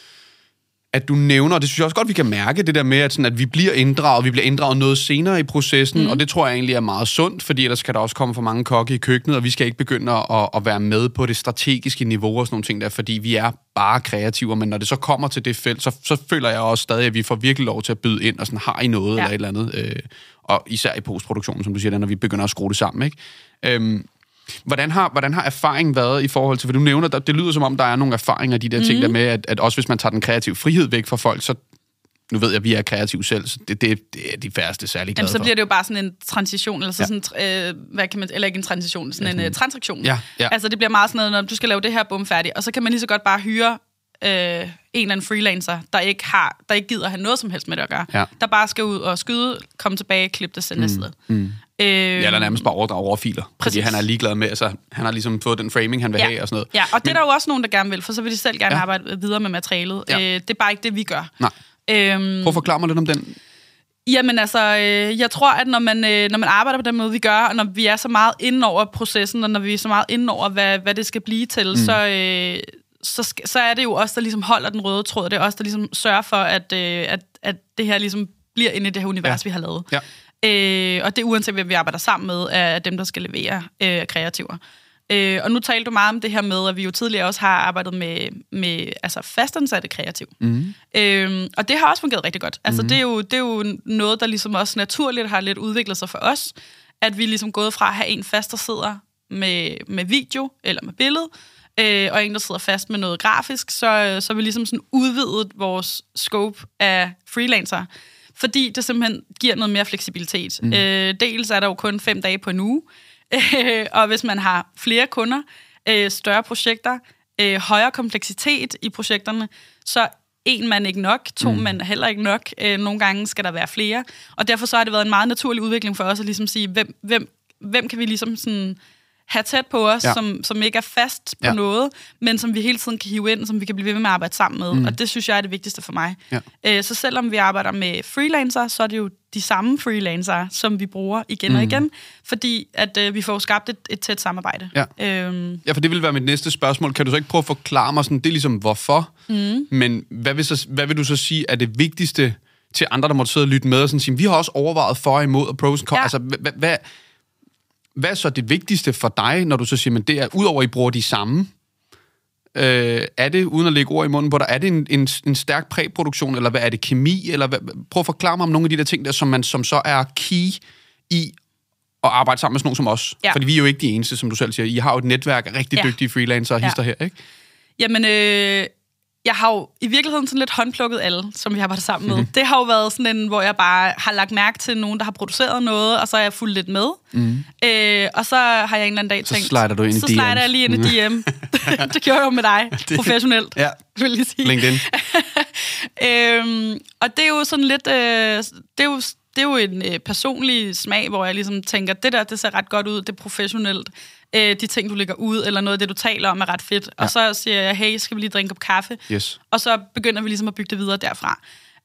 [SPEAKER 2] at du nævner, og det synes jeg også godt, vi kan mærke, det der med, at, sådan, at vi bliver inddraget, vi bliver inddraget noget senere i processen, mm. og det tror jeg egentlig er meget sundt, fordi ellers kan der også komme for mange kokke i køkkenet, og vi skal ikke begynde at, at være med på det strategiske niveau og sådan nogle ting der, fordi vi er bare kreative, men når det så kommer til det felt, så, så føler jeg også stadig, at vi får virkelig lov til at byde ind, og sådan har I noget ja. eller et eller andet, øh, og især i postproduktionen, som du siger, når vi begynder at skrue det sammen, ikke? Øhm, Hvordan har, hvordan har erfaringen været i forhold til, for du nævner, der, det lyder som om, der er nogle erfaringer af de der mm. ting der med, at, at også hvis man tager den kreative frihed væk fra folk, så nu ved jeg, at vi er kreative selv, så det, det, det er de færreste særlig glade for.
[SPEAKER 1] Jamen, så bliver det jo bare sådan en transition, eller så ja. sådan, øh, hvad kan man, eller ikke en transition, sådan ja, en uh, transaktion. Ja, ja. Altså det bliver meget sådan noget, når du skal lave det her, bum, færdig, og så kan man lige så godt bare hyre øh, en eller anden freelancer, der ikke har, der ikke gider have noget som helst med det at gøre, ja. der bare skal ud og skyde, komme tilbage, klippe det, sende næste mm. mm.
[SPEAKER 2] Øh, ja, eller nærmest bare overdrage over filer. Præcis. Fordi han er ligeglad med, altså han har ligesom fået den framing, han vil ja. have og sådan noget.
[SPEAKER 1] Ja, og det Men, er der jo også nogen, der gerne vil, for så vil de selv gerne ja. arbejde videre med materialet. Ja. Øh, det er bare ikke det, vi gør.
[SPEAKER 2] Nej. Øhm, Prøv at forklare mig lidt om den.
[SPEAKER 1] Jamen altså, øh, jeg tror, at når man, øh, når man arbejder på den måde, vi gør, og når vi er så meget inde over processen, og når vi er så meget inde over, hvad, hvad det skal blive til, mm. så... Øh, Så, så er det jo også der ligesom holder den røde tråd. Det er også der ligesom sørger for, at, øh, at, at det her ligesom bliver inde i det her univers, ja. vi har lavet. Ja. Øh, og det er uanset, hvem vi arbejder sammen med, af dem, der skal levere øh, kreativer. Øh, og nu talte du meget om det her med, at vi jo tidligere også har arbejdet med, med altså fastansatte kreativ. Mm. Øh, og det har også fungeret rigtig godt. Altså, mm. det, er jo, det er jo noget, der ligesom også naturligt har lidt udviklet sig for os, at vi ligesom gået fra at have en fast, der sidder med, med video eller med billede, øh, og en, der sidder fast med noget grafisk, så, så vi ligesom sådan udvidet vores scope af freelancer, fordi det simpelthen giver noget mere fleksibilitet. Mm. Øh, dels er der jo kun fem dage på en uge, øh, og hvis man har flere kunder, øh, større projekter, øh, højere kompleksitet i projekterne, så en mand ikke nok, to mm. mand heller ikke nok. Øh, nogle gange skal der være flere, og derfor så har det været en meget naturlig udvikling for os at ligesom sige, hvem, hvem, hvem kan vi ligesom sådan have tæt på os, ja. som, som ikke er fast på ja. noget, men som vi hele tiden kan hive ind, som vi kan blive ved med at arbejde sammen med. Mm. Og det synes jeg er det vigtigste for mig. Ja. Øh, så selvom vi arbejder med freelancer, så er det jo de samme freelancer, som vi bruger igen mm. og igen, fordi at øh, vi får skabt et, et tæt samarbejde.
[SPEAKER 2] Ja. Øhm. ja, for det vil være mit næste spørgsmål. Kan du så ikke prøve at forklare mig sådan, det er ligesom hvorfor, mm. men hvad vil, så, hvad vil du så sige er det vigtigste til andre, der måtte sidde og lytte med, og sådan sige, vi har også overvejet for og imod, og pros and cons. Ja. Altså, hvad... hvad Hvad er så det vigtigste for dig, når du så siger, men det er, udover at I bruger de samme, øh, er det, uden at lægge ord i munden på dig, er det en, en, en stærk præproduktion, eller hvad er det, kemi, eller hvad, prøv at forklare mig om nogle af de der ting, der, som, man, som så er key i at arbejde sammen med sådan nogen som os. Ja. Fordi vi er jo ikke de eneste, som du selv siger. I har jo et netværk af rigtig ja. dygtige freelancere og hister ja. her, ikke?
[SPEAKER 1] Jamen, øh... jeg har jo i virkeligheden sådan lidt håndplukket alle, som vi har arbejdet sammen med. Mm-hmm. Det har jo været sådan en, hvor jeg bare har lagt mærke til nogen, der har produceret noget, og så har jeg fulgt lidt med. Mm. Øh, og så har jeg en eller anden dag
[SPEAKER 2] så
[SPEAKER 1] tænkt...
[SPEAKER 2] Så slider du ind i
[SPEAKER 1] Så
[SPEAKER 2] D M's.
[SPEAKER 1] slider jeg lige ind i D M. Det gjorde jeg jo med dig, det, professionelt,
[SPEAKER 2] ja.
[SPEAKER 1] vil jeg sige.
[SPEAKER 2] LinkedIn.
[SPEAKER 1] øhm, og det er jo sådan lidt... Øh, det, er jo, det er jo en øh, personlig smag, hvor jeg ligesom tænker, det der, det ser ret godt ud, det er professionelt. Øh, de ting, du lægger ud, eller noget af det, du taler om, er ret fedt. Ja. Og så siger jeg, hey, skal vi lige drikke op kaffe?
[SPEAKER 2] Yes.
[SPEAKER 1] Og så begynder vi ligesom at bygge det videre derfra.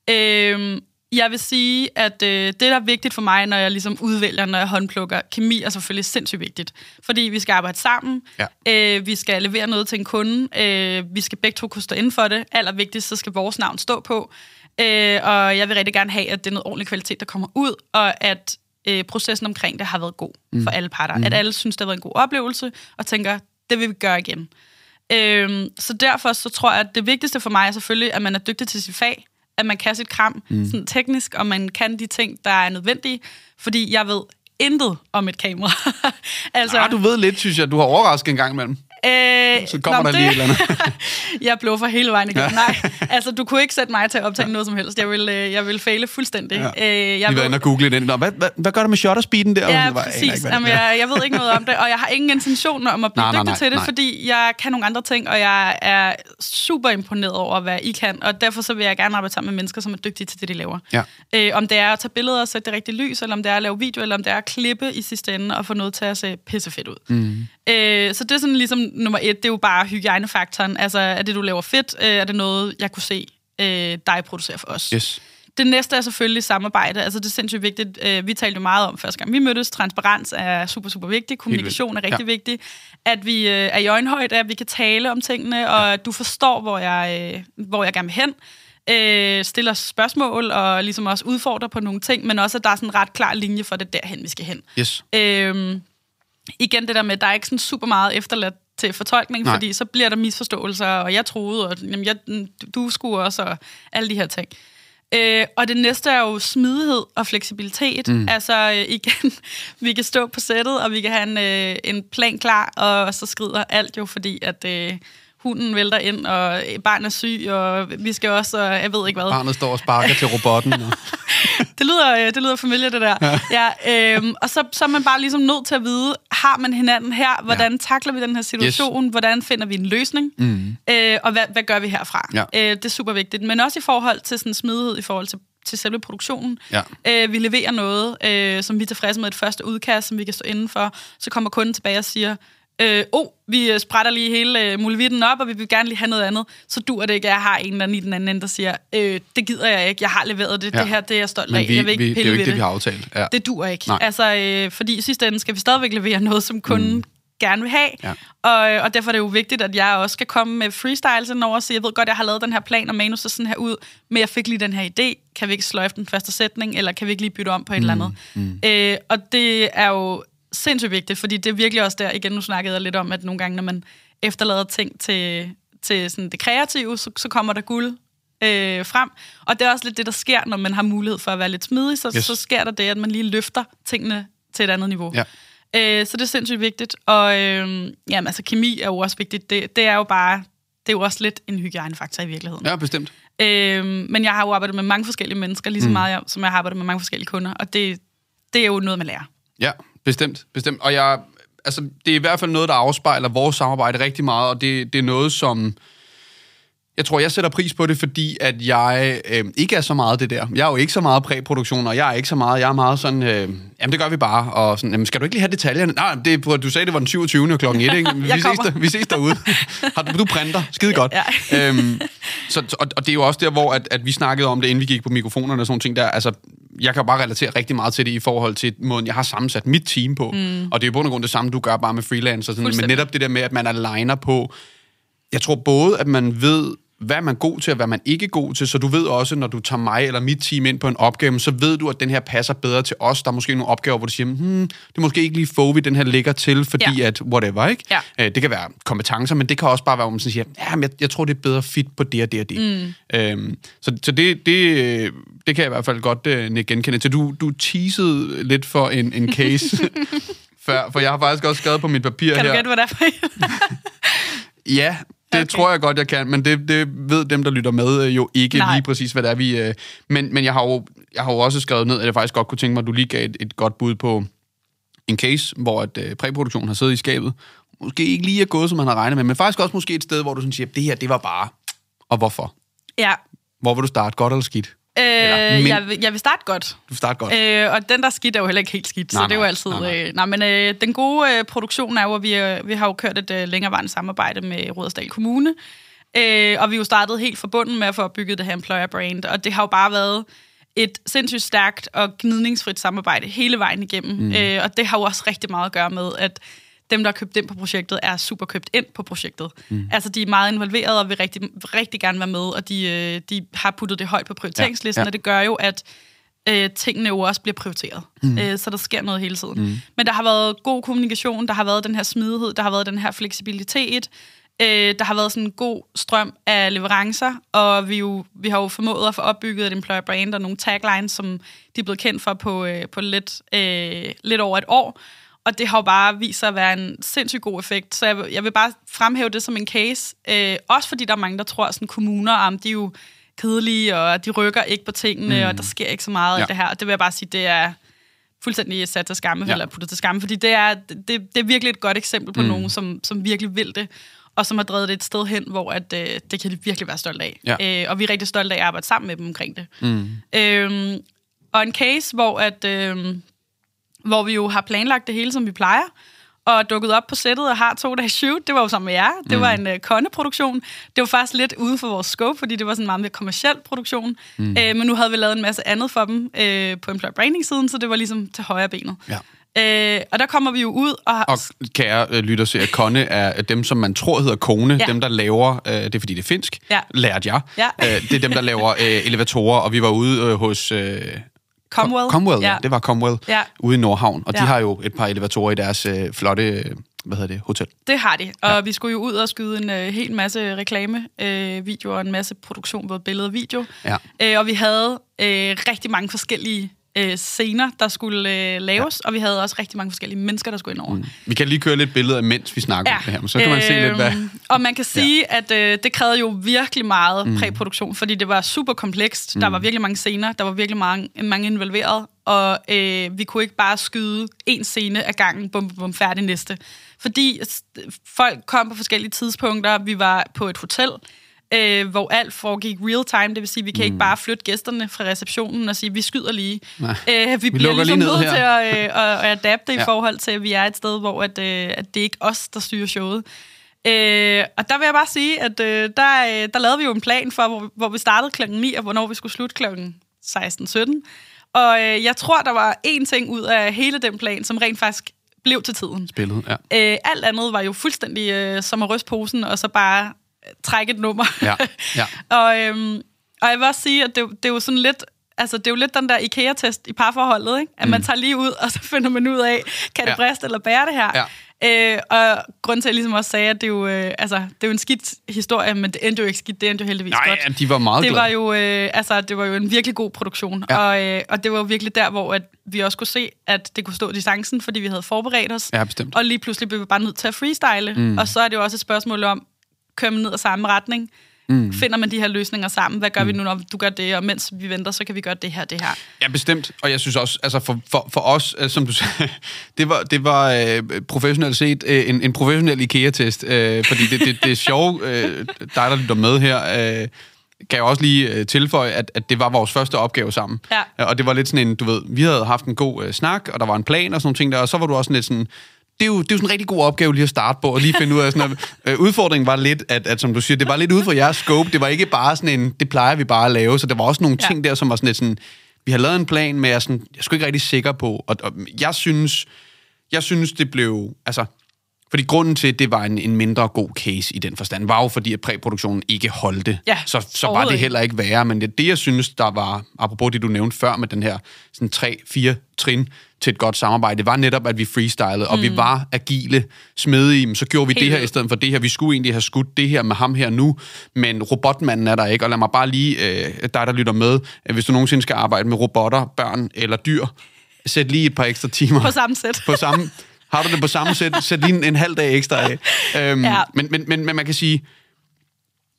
[SPEAKER 1] Øh, jeg vil sige, at øh, det, der er vigtigt for mig, når jeg ligesom udvælger, når jeg håndplukker, kemi er selvfølgelig sindssygt vigtigt. Fordi vi skal arbejde sammen,
[SPEAKER 2] ja.
[SPEAKER 1] øh, vi skal levere noget til en kunde, øh, vi skal begge to kunne stå inden for det. Allervigtigst, så skal vores navn stå på. Øh, og jeg vil rigtig gerne have, at det er noget ordentlig kvalitet, der kommer ud, og at øh, processen omkring det har været god mm. for alle parter. Mm. At alle synes, det har været en god oplevelse, og tænker, det vil vi gøre igen. Øh, så derfor så tror jeg, at det vigtigste for mig er selvfølgelig, at man er dygtig til sit fag, at man kan sit kram mm. sådan teknisk, og man kan de ting, der er nødvendige, fordi jeg ved intet om et kamera.
[SPEAKER 2] altså, ja, du ved lidt, synes jeg. Du har overrasket en gang imellem.
[SPEAKER 1] Øh,
[SPEAKER 2] så kommer nå, der lige det... et eller andet.
[SPEAKER 1] Jeg bluffer hele vejen igen. Ja. Nej, altså du kunne ikke sætte mig til at optage ja. noget som helst. Jeg vil, øh, jeg vil fejle fuldstændig.
[SPEAKER 2] Ja. Øh, jeg Vi var inde og google det. Nå, hvad, hvad, hvad gør du med shutter-speeden der?
[SPEAKER 1] Ja, præcis. Jeg, ikke, Jamen, jeg, jeg ved ikke noget om det, og jeg har ingen intention om at blive nej, dygtig nej, nej, til det, nej. fordi jeg kan nogle andre ting, og jeg er super imponeret over, hvad I kan, og derfor så vil jeg gerne arbejde sammen med mennesker, som er dygtige til det, de laver. Ja. Øh, om det er at tage billeder og sætte det rigtige lys, eller om det er at lave video, eller om det er at klippe i sidste ende og få noget til at se pissefedt ud. Mm. Øh, så det er sådan ligesom nummer et, det er jo bare hygiejnefaktoren. Altså, er det, du laver fedt? Øh, er det noget, jeg kunne se øh, dig producere for os? Yes. Det næste er selvfølgelig samarbejde. Altså, det er sindssygt vigtigt. Øh, vi talte jo meget om første gang, vi mødtes. Transparens er super, super vigtig. Kommunikation er rigtig ja. vigtig. At vi øh, er i øjenhøjde, at vi kan tale om tingene, og at du forstår, hvor jeg, øh, hvor jeg gerne vil hen. Øh, stiller spørgsmål, og ligesom også udfordrer på nogle ting, men også, at der er sådan en ret klar linje for det derhen, vi skal hen. Yes. Øh, igen det der med, at der er ikke sådan super meget efterladt til fortolkning, nej. fordi så bliver der misforståelser, og jeg troede, og jamen, jeg, du skulle også, og alle de her ting. Øh, og det næste er jo smidighed og fleksibilitet. Mm. Altså øh, igen, vi kan stå på sættet, og vi kan have en, øh, en plan klar, og så skrider alt jo, fordi at øh, hunden vælter ind, og barnet er syg, og vi skal også, og jeg ved ikke hvad.
[SPEAKER 2] Barnet står og sparker til robotten. Og...
[SPEAKER 1] det lyder, det lyder familie, det der. Ja. Ja, øhm, og så, så er man bare ligesom nødt til at vide, har man hinanden her? Hvordan ja. takler vi den her situation? Yes. Hvordan finder vi en løsning? Mm. Øh, og hvad, hvad gør vi herfra? Ja. Øh, det er super vigtigt. Men også i forhold til sådan smidighed, i forhold til, til selve produktionen. Ja. Øh, vi leverer noget, øh, som vi er tilfredse med, et første udkast, som vi kan stå indenfor. Så kommer kunden tilbage og siger, Øh, oh, vi sprætter lige hele øh, muligheden op, og vi vil gerne lige have noget andet. Så dur det ikke, jeg har en eller anden i den anden ende, der siger, øh, det gider jeg ikke, jeg har leveret det, ja. det her, det er jeg stolt af.
[SPEAKER 2] Vi,
[SPEAKER 1] jeg vil ikke
[SPEAKER 2] vi,
[SPEAKER 1] pille
[SPEAKER 2] det er jo ikke
[SPEAKER 1] ved
[SPEAKER 2] det, vi har aftalt. Ja.
[SPEAKER 1] Det dur ikke. Nej. Altså, øh, fordi i sidste ende skal vi stadigvæk levere noget, som kunden mm. gerne vil have. Ja. Og, og derfor er det jo vigtigt, at jeg også skal komme med freestyles indover, så jeg ved godt, jeg har lavet den her plan, og manus er sådan her ud, men jeg fik lige den her idé. Kan vi ikke sløjfe den første sætning, eller kan vi ikke lige bytte om på et mm. eller andet? Mm. Øh, og det er jo sindssygt vigtigt, fordi det er virkelig også der, igen, nu snakkede jeg lidt om, at nogle gange, når man efterlader ting til, til sådan det kreative, så, så kommer der guld øh, frem. Og det er også lidt det, der sker, når man har mulighed for at være lidt smidig, så, yes. så sker der det, at man lige løfter tingene til et andet niveau. Ja. Øh, så det er sindssygt vigtigt. Og øh, jamen, altså, kemi er jo også vigtigt. Det, det er jo bare, det er jo også lidt en hygiejnefaktor i virkeligheden.
[SPEAKER 2] Ja, bestemt.
[SPEAKER 1] Øh, men jeg har jo arbejdet med mange forskellige mennesker, lige så meget, mm. som jeg har arbejdet med mange forskellige kunder, og det, det er jo noget, man lærer.
[SPEAKER 2] Ja, bestemt, bestemt. Og jeg, altså, det er i hvert fald noget, der afspejler vores samarbejde rigtig meget, og det, det er noget, som jeg tror, jeg sætter pris på det, fordi at jeg øh, ikke er så meget det der. Jeg er jo ikke så meget præproduktion, og jeg er ikke så meget, jeg er meget sådan, øh, jamen det gør vi bare, og sådan, jamen skal du ikke lige have detaljerne? Nej, det, du sagde, det var den syvogtyvende klokken et, ikke? Vi, ses, der, vi ses derude. Du, du printer, skide godt. Ja. øhm, så, og, og det er jo også der, hvor at, at vi snakkede om det, inden vi gik på mikrofonerne og sådan ting der, altså jeg kan jo bare relatere rigtig meget til det i forhold til måden, jeg har sammensat mit team på. Mm. Og det er jo på grund af det samme, du gør bare med freelancer. Sådan, men netop det der med, at man aligner på, jeg tror både, at man ved, hvad man er god til, og hvad man ikke er god til, så du ved også, når du tager mig eller mit team ind på en opgave, så ved du, at den her passer bedre til os. Der er måske nogle opgaver, hvor du siger, hmm, det er måske ikke lige Fovi, den her ligger til, fordi ja. at whatever, ikke? Ja. Det kan være kompetencer, men det kan også bare være, hvor man siger, ja, men jeg, jeg tror, det er bedre fit på det og det og det. Mm. Øhm, så så det, det, det kan jeg i hvert fald godt uh, genkende til. Du, du teasede lidt for en, en case, for, for jeg har faktisk også skrevet på mit papir her.
[SPEAKER 1] Kan du gætte, hvad det er for
[SPEAKER 2] Ja, det okay. tror jeg godt, jeg kan, men det, det ved dem, der lytter med, jo ikke Nej. lige præcis, hvad det er, vi... Øh, men men jeg, har jo, jeg har jo også skrevet ned, at jeg faktisk godt kunne tænke mig, at du lige gav et, et godt bud på en case, hvor at, øh, præproduktionen har siddet i skabet. Måske ikke lige er gået, som man har regnet med, men faktisk også måske et sted, hvor du sådan siger, det her, det var bare... Og hvorfor?
[SPEAKER 1] Ja.
[SPEAKER 2] Hvor vil du starte? Godt eller skidt?
[SPEAKER 1] Øh, jeg, vil, jeg vil starte godt.
[SPEAKER 2] Du vil starte godt.
[SPEAKER 1] Øh, og den, der er skidt, er jo heller ikke helt skidt, nej, så det er jo altid... Nej, nej. Øh, nej men øh, den gode øh, produktion er jo, at vi, øh, vi har jo kørt et øh, længerevarende samarbejde med Rudersdal Kommune, øh, og vi er jo startet helt forbundet med at få bygget det her employer brand, og det har jo bare været et sindssygt stærkt og gnidningsfrit samarbejde hele vejen igennem, mm. øh, og det har jo også rigtig meget at gøre med, at dem, der har købt ind på projektet, er super købt ind på projektet. Mm. Altså, de er meget involveret og vil rigtig, rigtig gerne være med, og de, de har puttet det højt på prioriteringslisten, ja, ja. Og det gør jo, at øh, tingene jo også bliver prioriteret. Mm. Øh, så der sker noget hele tiden. Mm. Men der har været god kommunikation, der har været den her smidighed, der har været den her fleksibilitet, øh, der har været sådan en god strøm af leverancer, og vi, jo, vi har jo formået at få opbygget et employer brand og nogle taglines, som de er blevet kendt for på, øh, på lidt, øh, lidt over et år. Og det har jo bare vist sig at være en sindssygt god effekt. Så jeg, jeg vil bare fremhæve det som en case. Øh, også fordi der er mange, der tror, at sådan, kommuner, om de er jo kedelige, og de rykker ikke på tingene, mm. og der sker ikke så meget ja. af det her. Og det vil jeg bare sige, det er fuldstændig sat til skamme, ja. eller puttet til skamme. Fordi det er, det, det er virkelig et godt eksempel på mm. nogen, som, som virkelig vil det, og som har drevet det et sted hen, hvor at, øh, det kan de virkelig være stolte af. Ja. Øh, og vi er rigtig stolte af at arbejde sammen med dem omkring det. Mm. Øh, og en case, hvor at... Øh, hvor vi jo har planlagt det hele, som vi plejer, og dukket op på sættet og har to dages shoot. Det var jo sammen med jer. Det mm. var en uh, konneproduktion. Det var faktisk lidt uden for vores scope, fordi det var sådan en meget mere kommerciel produktion. Mm. Uh, men nu havde vi lavet en masse andet for dem uh, på employer branding-siden, så det var ligesom til højre benet. Ja. Uh, og der kommer vi jo ud og...
[SPEAKER 2] Og kære uh, lytter til, at konne er dem, som man tror hedder kone. Ja. Dem, der laver... Uh, det er fordi, det er finsk. Ja. Lærte jeg. Ja. uh, det er dem, der laver uh, elevatorer, og vi var ude uh, hos... Uh,
[SPEAKER 1] Comwell.
[SPEAKER 2] Comwell, ja. ja. Det var Comwell ja. ude i Nordhavn. Og ja. de har jo et par elevatorer i deres øh, flotte, øh, hvad hedder det, hotel.
[SPEAKER 1] Det har de. Og ja. vi skulle jo ud og skyde en øh, hel masse reklame-videoer øh, og en masse produktion, både billede og video. Ja. Øh, og vi havde øh, rigtig mange forskellige øh, scener, der skulle øh, laves, ja. og vi havde også rigtig mange forskellige mennesker, der skulle ind over. Mm.
[SPEAKER 2] Vi kan lige køre lidt billeder, mens vi snakker ja. om det her, men så kan man øh, se lidt, hvad...
[SPEAKER 1] Og man kan sige, ja. at øh, det krævede jo virkelig meget mm. præproduktion, fordi det var super komplekst. Mm. Der var virkelig mange scener, der var virkelig mange, mange involveret, og øh, vi kunne ikke bare skyde en scene ad gangen, bum, bum, færdig næste. Fordi folk kom på forskellige tidspunkter. Vi var på et hotel, Øh, hvor alt foregik real time, det vil sige, vi kan mm. ikke bare flytte gæsterne fra receptionen og sige, vi skyder lige. Øh, vi, vi bliver ligesom nødt til at, øh, at, at adapte ja. i forhold til, at vi er et sted, hvor at, øh, at det er ikke os, der styrer showet. Øh, og der vil jeg bare sige, at øh, der, der lavede vi jo en plan for, hvor, hvor vi startede klokken ni, og hvornår vi skulle slutte klokken seksten sytten. Og øh, jeg tror, der var én ting ud af hele den plan, som rent faktisk blev til tiden.
[SPEAKER 2] Spillet, ja.
[SPEAKER 1] Øh, alt andet var jo fuldstændig øh, som at ryste posen, og så bare trække et nummer. Ja. Ja. og, øhm, og jeg vil også sige, at det, det er jo sådan lidt, altså det er jo lidt den der IKEA-test i parforholdet, ikke? At mm. man tager lige ud, og så finder man ud af, kan det ja. briste eller bære det her? Ja. Øh, og grunden til, at jeg ligesom også sagde, at det er jo, øh, altså, det er jo en skidt historie, men det endte jo ikke skidt, det endte jo heldigvis
[SPEAKER 2] Nej,
[SPEAKER 1] godt.
[SPEAKER 2] Ja, de var meget
[SPEAKER 1] det
[SPEAKER 2] glade.
[SPEAKER 1] var jo, øh, altså, det var jo en virkelig god produktion, ja. og, øh, og det var jo virkelig der, hvor at vi også kunne se, at det kunne stå distancen, fordi vi havde forberedt os.
[SPEAKER 2] Ja, bestemt.
[SPEAKER 1] Og lige pludselig blev vi bare nødt til at freestyle, mm. og så er det jo også et spørgsmål om, kører man ned ad samme retning? Mm. Finder man de her løsninger sammen? Hvad gør mm. vi nu, når du gør det? Og mens vi venter, så kan vi gøre det her, det her.
[SPEAKER 2] Ja, bestemt. Og jeg synes også, altså for, for, for os, som du sagde, det var, det var øh, professionelt set øh, en, en professionel IKEA-test. Øh, fordi det, det, det er sjovt, øh, dig der lytter med her, øh, kan jeg også lige øh, tilføje, at, at det var vores første opgave sammen. Ja. Og det var lidt sådan en, du ved, vi havde haft en god øh, snak, og der var en plan og sådan nogle ting der, og så var du også lidt sådan... Det er, jo, det er jo sådan en rigtig god opgave lige at starte på, og lige finde ud af sådan noget. Øh, udfordringen var lidt, at, at som du siger, det var lidt ude for jeres scope. Det var ikke bare sådan en, det plejer vi bare at lave, så der var også nogle ja. ting der, som var sådan lidt sådan, vi har lavet en plan, men jeg er, sådan, jeg er sgu ikke rigtig sikker på, og, og jeg synes, jeg synes, det blev, altså, fordi grunden til, at det var en, en mindre god case i den forstand, var jo fordi, at præproduktionen ikke holdte. Ja, så, så var det heller ikke værre, men det, det, jeg synes, der var, apropos det, du nævnte før, med den her sådan tre, fire trin til et godt samarbejde, det var netop, at vi freestylede, og mm. vi var agile, smedige, så gjorde vi Helt det her i stedet for det her. Vi skulle egentlig have skudt det her med ham her nu, men robotmanden er der ikke, og lad mig bare lige, øh, dig der lytter med, hvis du nogensinde skal arbejde med robotter, børn eller dyr, sæt lige et par ekstra timer.
[SPEAKER 1] På samme sæt.
[SPEAKER 2] På samme Har du det på samme sæt, sæt lige en, en halv dag ekstra af. Øhm, ja. men, men, men, men man kan sige,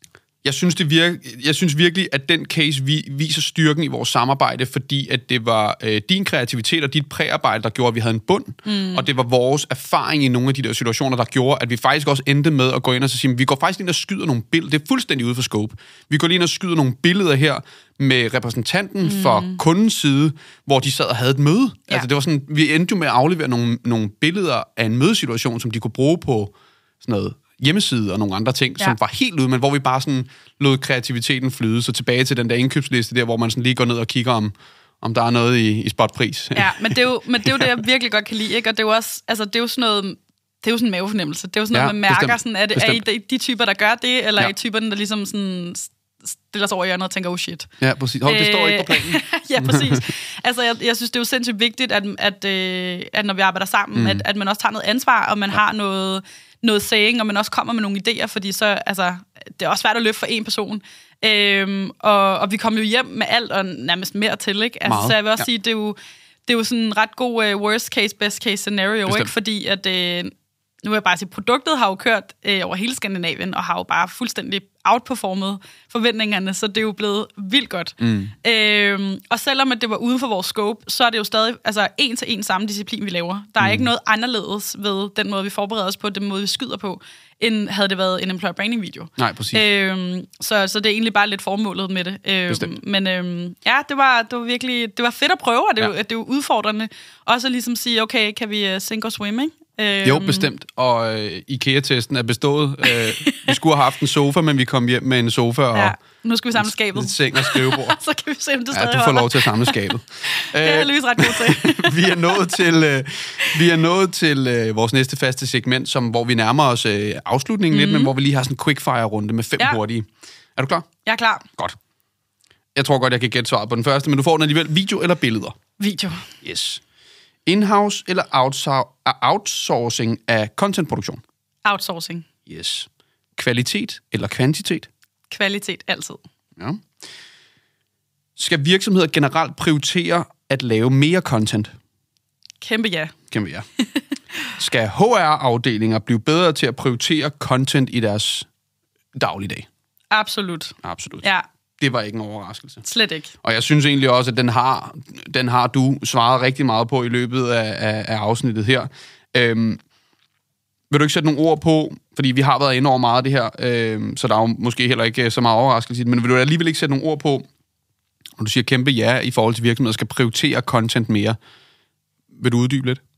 [SPEAKER 2] Jeg synes, det virke, jeg synes virkelig, at den case vi, viser styrken i vores samarbejde, fordi at det var øh, din kreativitet og dit præarbejde, der gjorde, at vi havde en bund, mm. og det var vores erfaring i nogle af de der situationer, der gjorde, at vi faktisk også endte med at gå ind og så sige, at vi går faktisk ind og skyder nogle billeder. Det er fuldstændig ude for scope. Vi går lige ind og skyder nogle billeder her med repræsentanten mm. for kundens side, hvor de sad og havde et møde. Ja. Altså det var sådan, vi endte jo med at aflevere nogle, nogle billeder af en mødesituation, som de kunne bruge på sådan noget hjemmeside og nogle andre ting, ja. som var helt ude, men hvor vi bare sådan lod kreativiteten flyde. Så tilbage til den der indkøbsliste der, hvor man sådan lige går ned og kigger om, om der er noget i, i spotpris.
[SPEAKER 1] Ja, men det er jo, men det, er jo det, jeg virkelig godt kan lide, ikke? Og det er jo også, altså det er jo sådan noget, det er jo sådan en mavefornemmelse. Det er jo sådan noget, ja, man mærker, bestemt, sådan, er, det, er I de, de typer, der gør det, eller ja. er I typerne, der ligesom sådan stiller sig over i hjørnet og tænker, oh shit.
[SPEAKER 2] Ja, præcis. Hold, det står ikke på planen.
[SPEAKER 1] Ja, præcis. Altså, jeg, jeg synes, det er jo sindssygt vigtigt, at, at, at når vi arbejder sammen, mm. at, at man også tager noget ansvar, og man ja. har noget, noget saying, og man også kommer med nogle idéer, fordi så, altså, det er også svært at løfte for en person. Øhm, og, og vi kommer jo hjem med alt, og nærmest mere til, ikke? Altså, så jeg vil også ja. sige, det er jo, det er jo sådan en ret god uh, worst case, best case scenario, bestemt. Ikke? Fordi at, uh, nu vil jeg bare sige, produktet har jo kørt uh, over hele Skandinavien, og har jo bare fuldstændig outperformet forventningerne, så det er jo blevet vildt godt. Mm. Øhm, og selvom at det var uden for vores scope, så er det jo stadig altså, en til en samme disciplin, vi laver. Der er mm. ikke noget anderledes ved den måde, vi forbereder os på, den måde, vi skyder på, end havde det været en employer branding video.
[SPEAKER 2] Nej, præcis.
[SPEAKER 1] Øhm, så, så det er egentlig bare lidt formålet med det. Øhm, men øhm, ja, det var, det var virkelig det var fedt at prøve, og det, ja. det er jo udfordrende. Også at ligesom sige, okay, kan vi uh, sink or swim, ikke? Øhm.
[SPEAKER 2] Jo, bestemt. Og øh, IKEA-testen er bestået. Øh, vi skulle have haft en sofa, men vi kom hjem med en sofa og
[SPEAKER 1] ja, nu skal vi samle skabet.
[SPEAKER 2] En seng og skrivebord.
[SPEAKER 1] Så kan vi se, om det stadig
[SPEAKER 2] ja, du får lov til at samle skabet.
[SPEAKER 1] Det er heldigvis ret godt til.
[SPEAKER 2] vi er nået til, øh, vi er nået til øh, vores næste faste segment, som, hvor vi nærmer os øh, afslutningen mm-hmm. lidt, men hvor vi lige har sådan en quickfire-runde med fem ja. hurtige. Er du klar?
[SPEAKER 1] Jeg er klar.
[SPEAKER 2] Godt. Jeg tror godt, jeg kan gætte svaret på den første, men du får den alligevel. Video eller billeder?
[SPEAKER 1] Video.
[SPEAKER 2] Yes. In-house eller outsourcing af contentproduktion?
[SPEAKER 1] Outsourcing.
[SPEAKER 2] Yes. Kvalitet eller kvantitet?
[SPEAKER 1] Kvalitet, altid.
[SPEAKER 2] Ja. Skal virksomheder generelt prioritere at lave mere content?
[SPEAKER 1] Kæmpe ja.
[SPEAKER 2] Kæmpe ja. Skal H R-afdelinger blive bedre til at prioritere content i deres dagligdag?
[SPEAKER 1] Absolut.
[SPEAKER 2] Absolut.
[SPEAKER 1] Ja.
[SPEAKER 2] Det var ikke en overraskelse.
[SPEAKER 1] Slet ikke.
[SPEAKER 2] Og jeg synes egentlig også, at den har, den har du svaret rigtig meget på i løbet af, af, af afsnittet her. Øhm, vil du ikke sætte nogle ord på, fordi vi har været inde over meget af det her, øhm, så der er jo måske heller ikke så meget overraskelse, men vil du alligevel ikke sætte nogle ord på, og du siger kæmpe ja i forhold til virksomheder, skal prioritere content mere. Vil du uddybe lidt?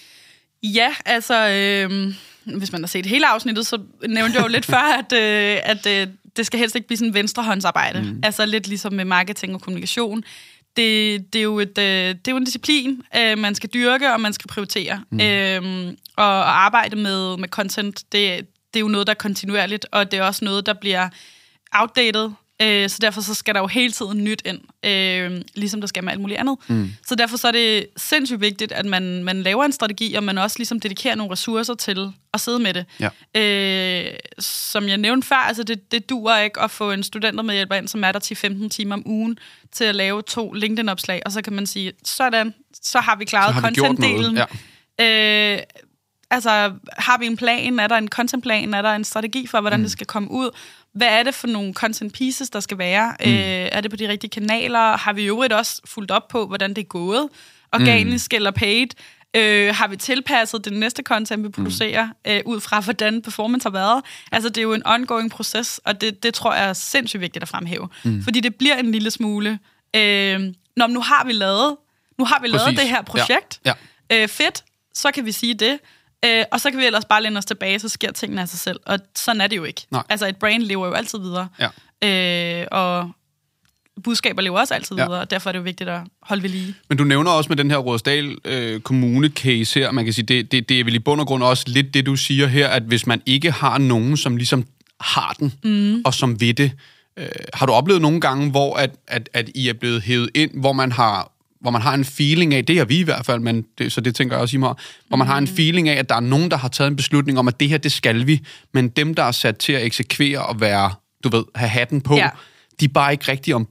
[SPEAKER 1] Ja, altså, øh, hvis man har set hele afsnittet, så nævnte jeg jo lidt før, at, øh, at øh, det skal helst ikke blive sådan venstrehåndsarbejde. Mm. Altså lidt ligesom med marketing og kommunikation. Det, det, er, jo et, øh, det er jo en disciplin, øh, man skal dyrke, og man skal prioritere. Mm. Øh, og, og arbejde med, med content, det, det er jo noget, der er kontinuerligt, og det er også noget, der bliver outdated. Øh, så derfor så skal der jo hele tiden nyt ind, øh, ligesom der skal med alt muligt andet. Mm. Så derfor så er det sindssygt vigtigt, at man, man laver en strategi, og man også ligesom dedikerer nogle ressourcer til at sidde med det. Ja. Øh, som jeg nævnte før, altså det, det duer ikke at få en studentermedhjælper ind, som er der ti til femten timer om ugen, til at lave to LinkedIn-opslag, og så kan man sige, sådan, så har vi klaret content-delen. Ja. Øh, altså, har vi en plan? Er der en content-plan? Er der en strategi for, hvordan mm. det skal komme ud? Hvad er det for nogle content pieces, der skal være? Mm. Øh, er det på de rigtige kanaler? Har vi i øvrigt også fulgt op på, hvordan det er gået? Organisk mm. eller paid? Øh, har vi tilpasset det næste content, vi producerer, mm. øh, ud fra, hvordan performance har været? Altså, det er jo en ongoing proces, og det, det tror jeg er sindssygt vigtigt at fremhæve. Mm. Fordi det bliver en lille smule... Øh, Nå, nu har vi lavet, nu har vi lavet det her projekt. Ja. Ja. Øh, fedt, så kan vi sige det. Øh, og så kan vi ellers bare læne os tilbage, så sker tingene af sig selv. Og sådan er det jo ikke. Nej. Altså, et brand lever jo altid videre. Ja. Øh, og budskaber lever også altid ja. videre, og derfor er det jo vigtigt at holde ved lige. Men
[SPEAKER 2] du nævner også med den her Rudersdal øh, Kommune-case her, man kan sige, det, det, det er vel i bund og grund også lidt det, du siger her, at hvis man ikke har nogen, som ligesom har den, mm. og som ved det, øh, har du oplevet nogle gange, hvor at, at, at I er blevet hævet ind, hvor man har... hvor man har en feeling af, det er vi i hvert fald, men det, så det tænker jeg også i mig, hvor man mm. har en feeling af, at der er nogen, der har taget en beslutning om, at det her, det skal vi, men dem, der er sat til at eksekvere og være, du ved, have hatten på, ja. de er bare ikke rigtig ombord.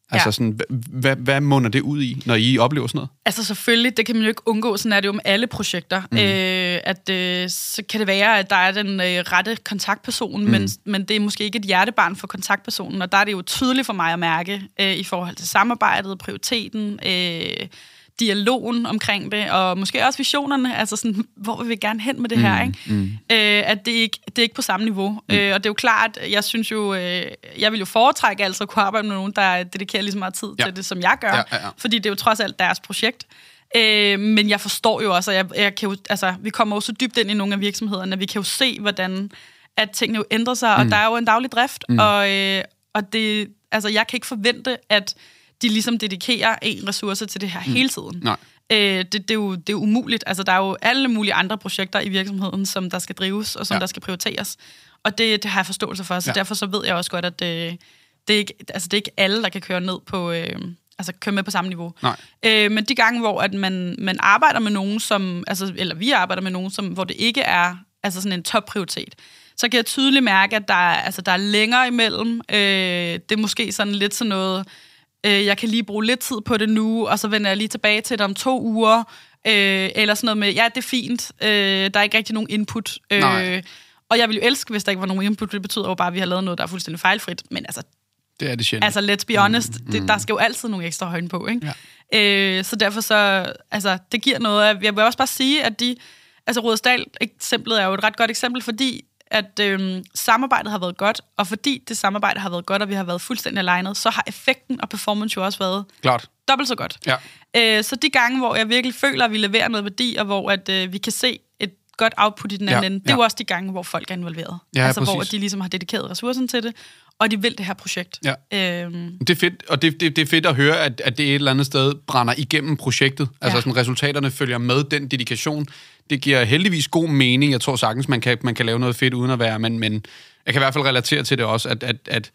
[SPEAKER 2] Altså
[SPEAKER 1] Ja.
[SPEAKER 2] sådan, hvad, hvad munder det ud i, når I oplever sådan noget?
[SPEAKER 1] Altså selvfølgelig, det kan man jo ikke undgå, sådan er det jo med alle projekter, mm. øh, at øh, så kan det være, at der er den øh, rette kontaktperson, mm. men, men det er måske ikke et hjertebarn for kontaktpersonen, og der er det jo tydeligt for mig at mærke, øh, i forhold til samarbejdet, prioriteten, øh, dialogen omkring det, og måske også visionerne, altså sådan, hvor vil vi gerne hen med det her,
[SPEAKER 2] Mm,
[SPEAKER 1] ikke?
[SPEAKER 2] mm.
[SPEAKER 1] Øh, at det ikke det er ikke på samme niveau. Mm. Øh, og det er jo klart, jeg synes jo, øh, jeg vil jo foretrække altså at kunne arbejde med nogen, der dedikerer lige så meget tid
[SPEAKER 2] Ja.
[SPEAKER 1] til det, som jeg gør,
[SPEAKER 2] Ja, ja, ja.
[SPEAKER 1] fordi det er jo trods alt deres projekt. Øh, men jeg forstår jo også, at jeg, jeg kan jo, altså, vi kommer jo så dybt ind i nogle af virksomhederne, at vi kan jo se, hvordan at tingene jo ændrer sig, mm. og der er jo en daglig drift, mm. og, øh, og det, altså, jeg kan ikke forvente, at de ligesom dedikerer en ressource til det her mm. hele tiden.
[SPEAKER 2] Nej.
[SPEAKER 1] Øh, det, det, er jo, det er jo umuligt. Altså, der er jo alle mulige andre projekter i virksomheden, som der skal drives, og som ja. der skal prioriteres. Og det, det har jeg forståelse for, så ja. derfor så ved jeg også godt, at det, det, er ikke, altså, det er ikke alle, der kan køre ned på... Øh, altså køre med på samme niveau.
[SPEAKER 2] Nej.
[SPEAKER 1] Øh, men de gange, hvor at man, man arbejder med nogen, som, altså, eller vi arbejder med nogen, som, hvor det ikke er altså sådan en topprioritet, så kan jeg tydeligt mærke, at der er, altså, der er længere imellem. Øh, det er måske sådan lidt sådan noget, øh, jeg kan lige bruge lidt tid på det nu, og så vender jeg lige tilbage til det om to uger, øh, eller sådan noget med, ja, det er fint, øh, der er ikke rigtig nogen input. Øh, og jeg vil jo elske, hvis der ikke var nogen input, det betyder jo bare, at vi har lavet noget, der er fuldstændig fejlfrit, men altså,
[SPEAKER 2] Det er det sjældent.
[SPEAKER 1] altså, let's be honest,
[SPEAKER 2] mm, mm.
[SPEAKER 1] det, der skal jo altid nogle ekstra højne på, ikke?
[SPEAKER 2] Ja.
[SPEAKER 1] Øh, så derfor så, altså, det giver noget af, jeg vil også bare sige, at de, altså Rudersdal-eksemplet er jo et ret godt eksempel, fordi at øhm, samarbejdet har været godt, og fordi det samarbejde har været godt, og vi har været fuldstændig alignet, så har effekten og performance jo også været
[SPEAKER 2] Klart.
[SPEAKER 1] dobbelt så godt.
[SPEAKER 2] Ja.
[SPEAKER 1] Øh, så de gange, hvor jeg virkelig føler, at vi leverer noget værdi, og hvor at, øh, vi kan se et godt output i den anden
[SPEAKER 2] Ja,
[SPEAKER 1] ende, det
[SPEAKER 2] ja.
[SPEAKER 1] er jo også de gange, hvor folk er involveret.
[SPEAKER 2] Ja,
[SPEAKER 1] altså
[SPEAKER 2] præcis.
[SPEAKER 1] hvor de ligesom har dedikeret ressourcen til det, og de vil det her projekt.
[SPEAKER 2] Ja.
[SPEAKER 1] Øhm,
[SPEAKER 2] Det er fedt, og det, det, det er fedt at høre, at, at det et eller andet sted brænder igennem projektet. Altså
[SPEAKER 1] Ja.
[SPEAKER 2] sådan, resultaterne følger med den dedikation. Det giver heldigvis god mening. Jeg tror sagtens, man kan, man kan lave noget fedt uden at være, men, men jeg kan i hvert fald relatere til det også, at, at, at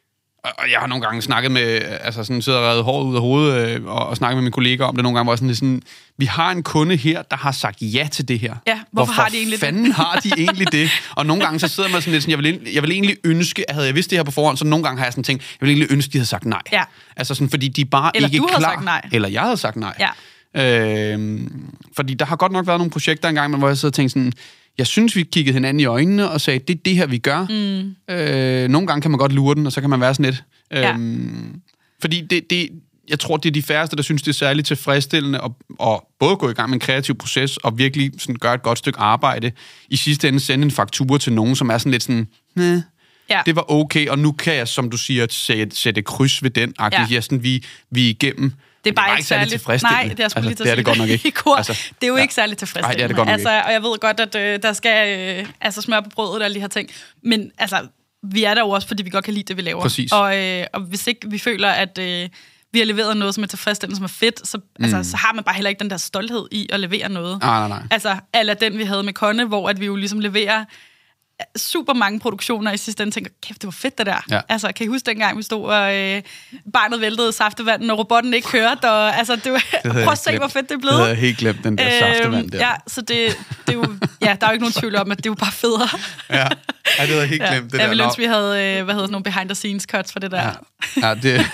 [SPEAKER 2] og jeg har nogle gange snakket med, altså sådan sidder og reddet håret ud af hovedet, øh, og, og snakket med mine kollegaer om det nogle gange, hvor sådan, sådan, vi har en kunde her, der har sagt ja til det her.
[SPEAKER 1] Ja, hvorfor,
[SPEAKER 2] hvorfor
[SPEAKER 1] har de egentlig
[SPEAKER 2] fanden
[SPEAKER 1] det?
[SPEAKER 2] har de egentlig det? Og nogle gange så sidder man sådan lidt sådan, jeg vil, jeg vil egentlig ønske, at havde jeg vidst det her på forhånd, så nogle gange har jeg sådan tænkt, jeg vil egentlig ønske, de havde sagt nej.
[SPEAKER 1] Ja.
[SPEAKER 2] Altså sådan, fordi de er bare
[SPEAKER 1] Eller
[SPEAKER 2] ikke
[SPEAKER 1] du
[SPEAKER 2] klar.
[SPEAKER 1] havde sagt nej.
[SPEAKER 2] Eller jeg havde sagt nej.
[SPEAKER 1] Ja.
[SPEAKER 2] Øhm, fordi der har godt nok været nogle projekter engang, hvor jeg sidder og tænkte sådan, jeg synes, vi kiggede hinanden i øjnene og sagde, det er det her, vi gør. Mm. Øh, nogle gange kan man godt lure den, og så kan man være sådan lidt. Øhm, ja. Fordi det, det, jeg tror, det er de færreste, der synes, det er særligt tilfredsstillende at, at både gå i gang med en kreativ proces og virkelig sådan gøre et godt stykke arbejde. I sidste ende sende en faktura til nogen, som er sådan lidt sådan, næh,
[SPEAKER 1] Ja.
[SPEAKER 2] det var okay, og nu kan jeg, som du siger, sætte, sætte kryds ved den. Ja. Ja, sådan, vi, vi er igennem.
[SPEAKER 1] Det er bare ikke
[SPEAKER 2] ikke særlig tilfredsstillende.
[SPEAKER 1] Nej, det er,
[SPEAKER 2] altså,
[SPEAKER 1] lige til
[SPEAKER 2] det er det godt nok ikke.
[SPEAKER 1] I kor.
[SPEAKER 2] Altså,
[SPEAKER 1] det er jo
[SPEAKER 2] ja.
[SPEAKER 1] ikke særlig tilfredsstillende.
[SPEAKER 2] Nej, det er det godt nok
[SPEAKER 1] altså,
[SPEAKER 2] ikke.
[SPEAKER 1] Og jeg ved godt, at øh, der skal øh, altså, smør på brødet og alle de her ting. Men altså, vi er der jo også, fordi vi godt kan lide det, vi laver.
[SPEAKER 2] Præcis.
[SPEAKER 1] Og, øh, og hvis ikke vi føler, at øh, vi har leveret noget, som er tilfredsstillende, som er fedt, så, mm. altså, så har man bare heller ikke den der stolthed i at levere noget.
[SPEAKER 2] Nej, nej, nej.
[SPEAKER 1] Altså, eller den, vi havde med Conne, hvor at vi jo ligesom leverer super mange produktioner i sidste ende tænker, kæft, det var fedt det der.
[SPEAKER 2] Ja.
[SPEAKER 1] Altså, kan I huske dengang, vi stod og øh, barnet væltede saftevand, og robotten ikke kørte, og altså, det var,
[SPEAKER 2] det
[SPEAKER 1] prøv at se,
[SPEAKER 2] glemt.
[SPEAKER 1] hvor fedt det er
[SPEAKER 2] Det
[SPEAKER 1] blevet.
[SPEAKER 2] havde jeg helt glemt, den der øhm, saftevand der.
[SPEAKER 1] Ja, så det, det er jo, ja, der er jo ikke nogen tvivl om, at det er jo bare federe.
[SPEAKER 2] Ja, ja det havde jeg helt
[SPEAKER 1] ja.
[SPEAKER 2] glemt. Det
[SPEAKER 1] jeg
[SPEAKER 2] der.
[SPEAKER 1] ville ønske, vi havde, øh, hvad hedder sådan nogle behind the scenes cuts for det der.
[SPEAKER 2] Ja, ja det, det,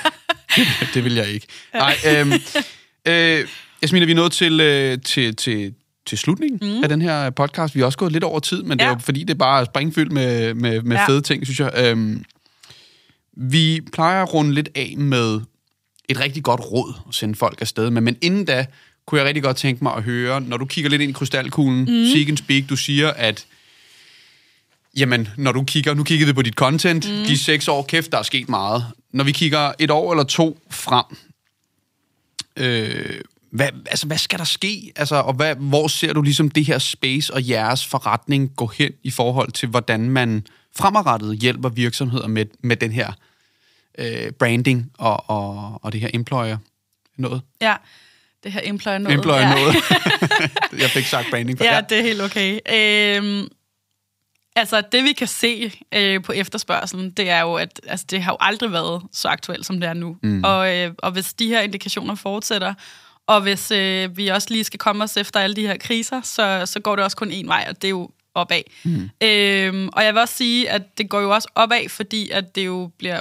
[SPEAKER 2] det vil jeg ikke. Nej, øhm, øh, Jasmina, vi er nået til, øh, til, til til slutningen mm. af den her podcast. Vi har også gået lidt over tid, men ja. det er jo fordi, det er bare springfyldt med, med, med ja. fede ting, synes jeg. Øhm, vi plejer at runde lidt af med et rigtig godt råd at sende folk afsted med, men inden da kunne jeg rigtig godt tænke mig at høre, når du kigger lidt ind i krystalkuglen, mm. Seek and Speak, du siger, at jamen, når du kigger, nu kigger det på dit content, mm. de seks år, kæft, der er sket meget. Når vi kigger et år eller to frem, øh, Hvad, altså, hvad skal der ske? Altså, og hvad, hvor ser du ligesom det her space og jeres forretning gå hen i forhold til, hvordan man fremadrettet hjælper virksomheder med, med den her øh, branding og, og, og det her employer noget?
[SPEAKER 1] Ja, det her employer noget.
[SPEAKER 2] Employer
[SPEAKER 1] ja.
[SPEAKER 2] noget. Jeg fik sagt branding. For,
[SPEAKER 1] ja,
[SPEAKER 2] ja,
[SPEAKER 1] det er helt okay. Øhm, altså, det vi kan se øh, på efterspørgselen, det er jo, at altså, det har jo aldrig været så aktuelt, som det er nu. Mm. Og, øh, og hvis de her indikationer fortsætter, og hvis øh, vi også lige skal komme os efter alle de her kriser, så, så går det også kun én vej, og det er jo opad. Mm. Øhm, og jeg vil også sige, at det går jo også opad, fordi at det jo bliver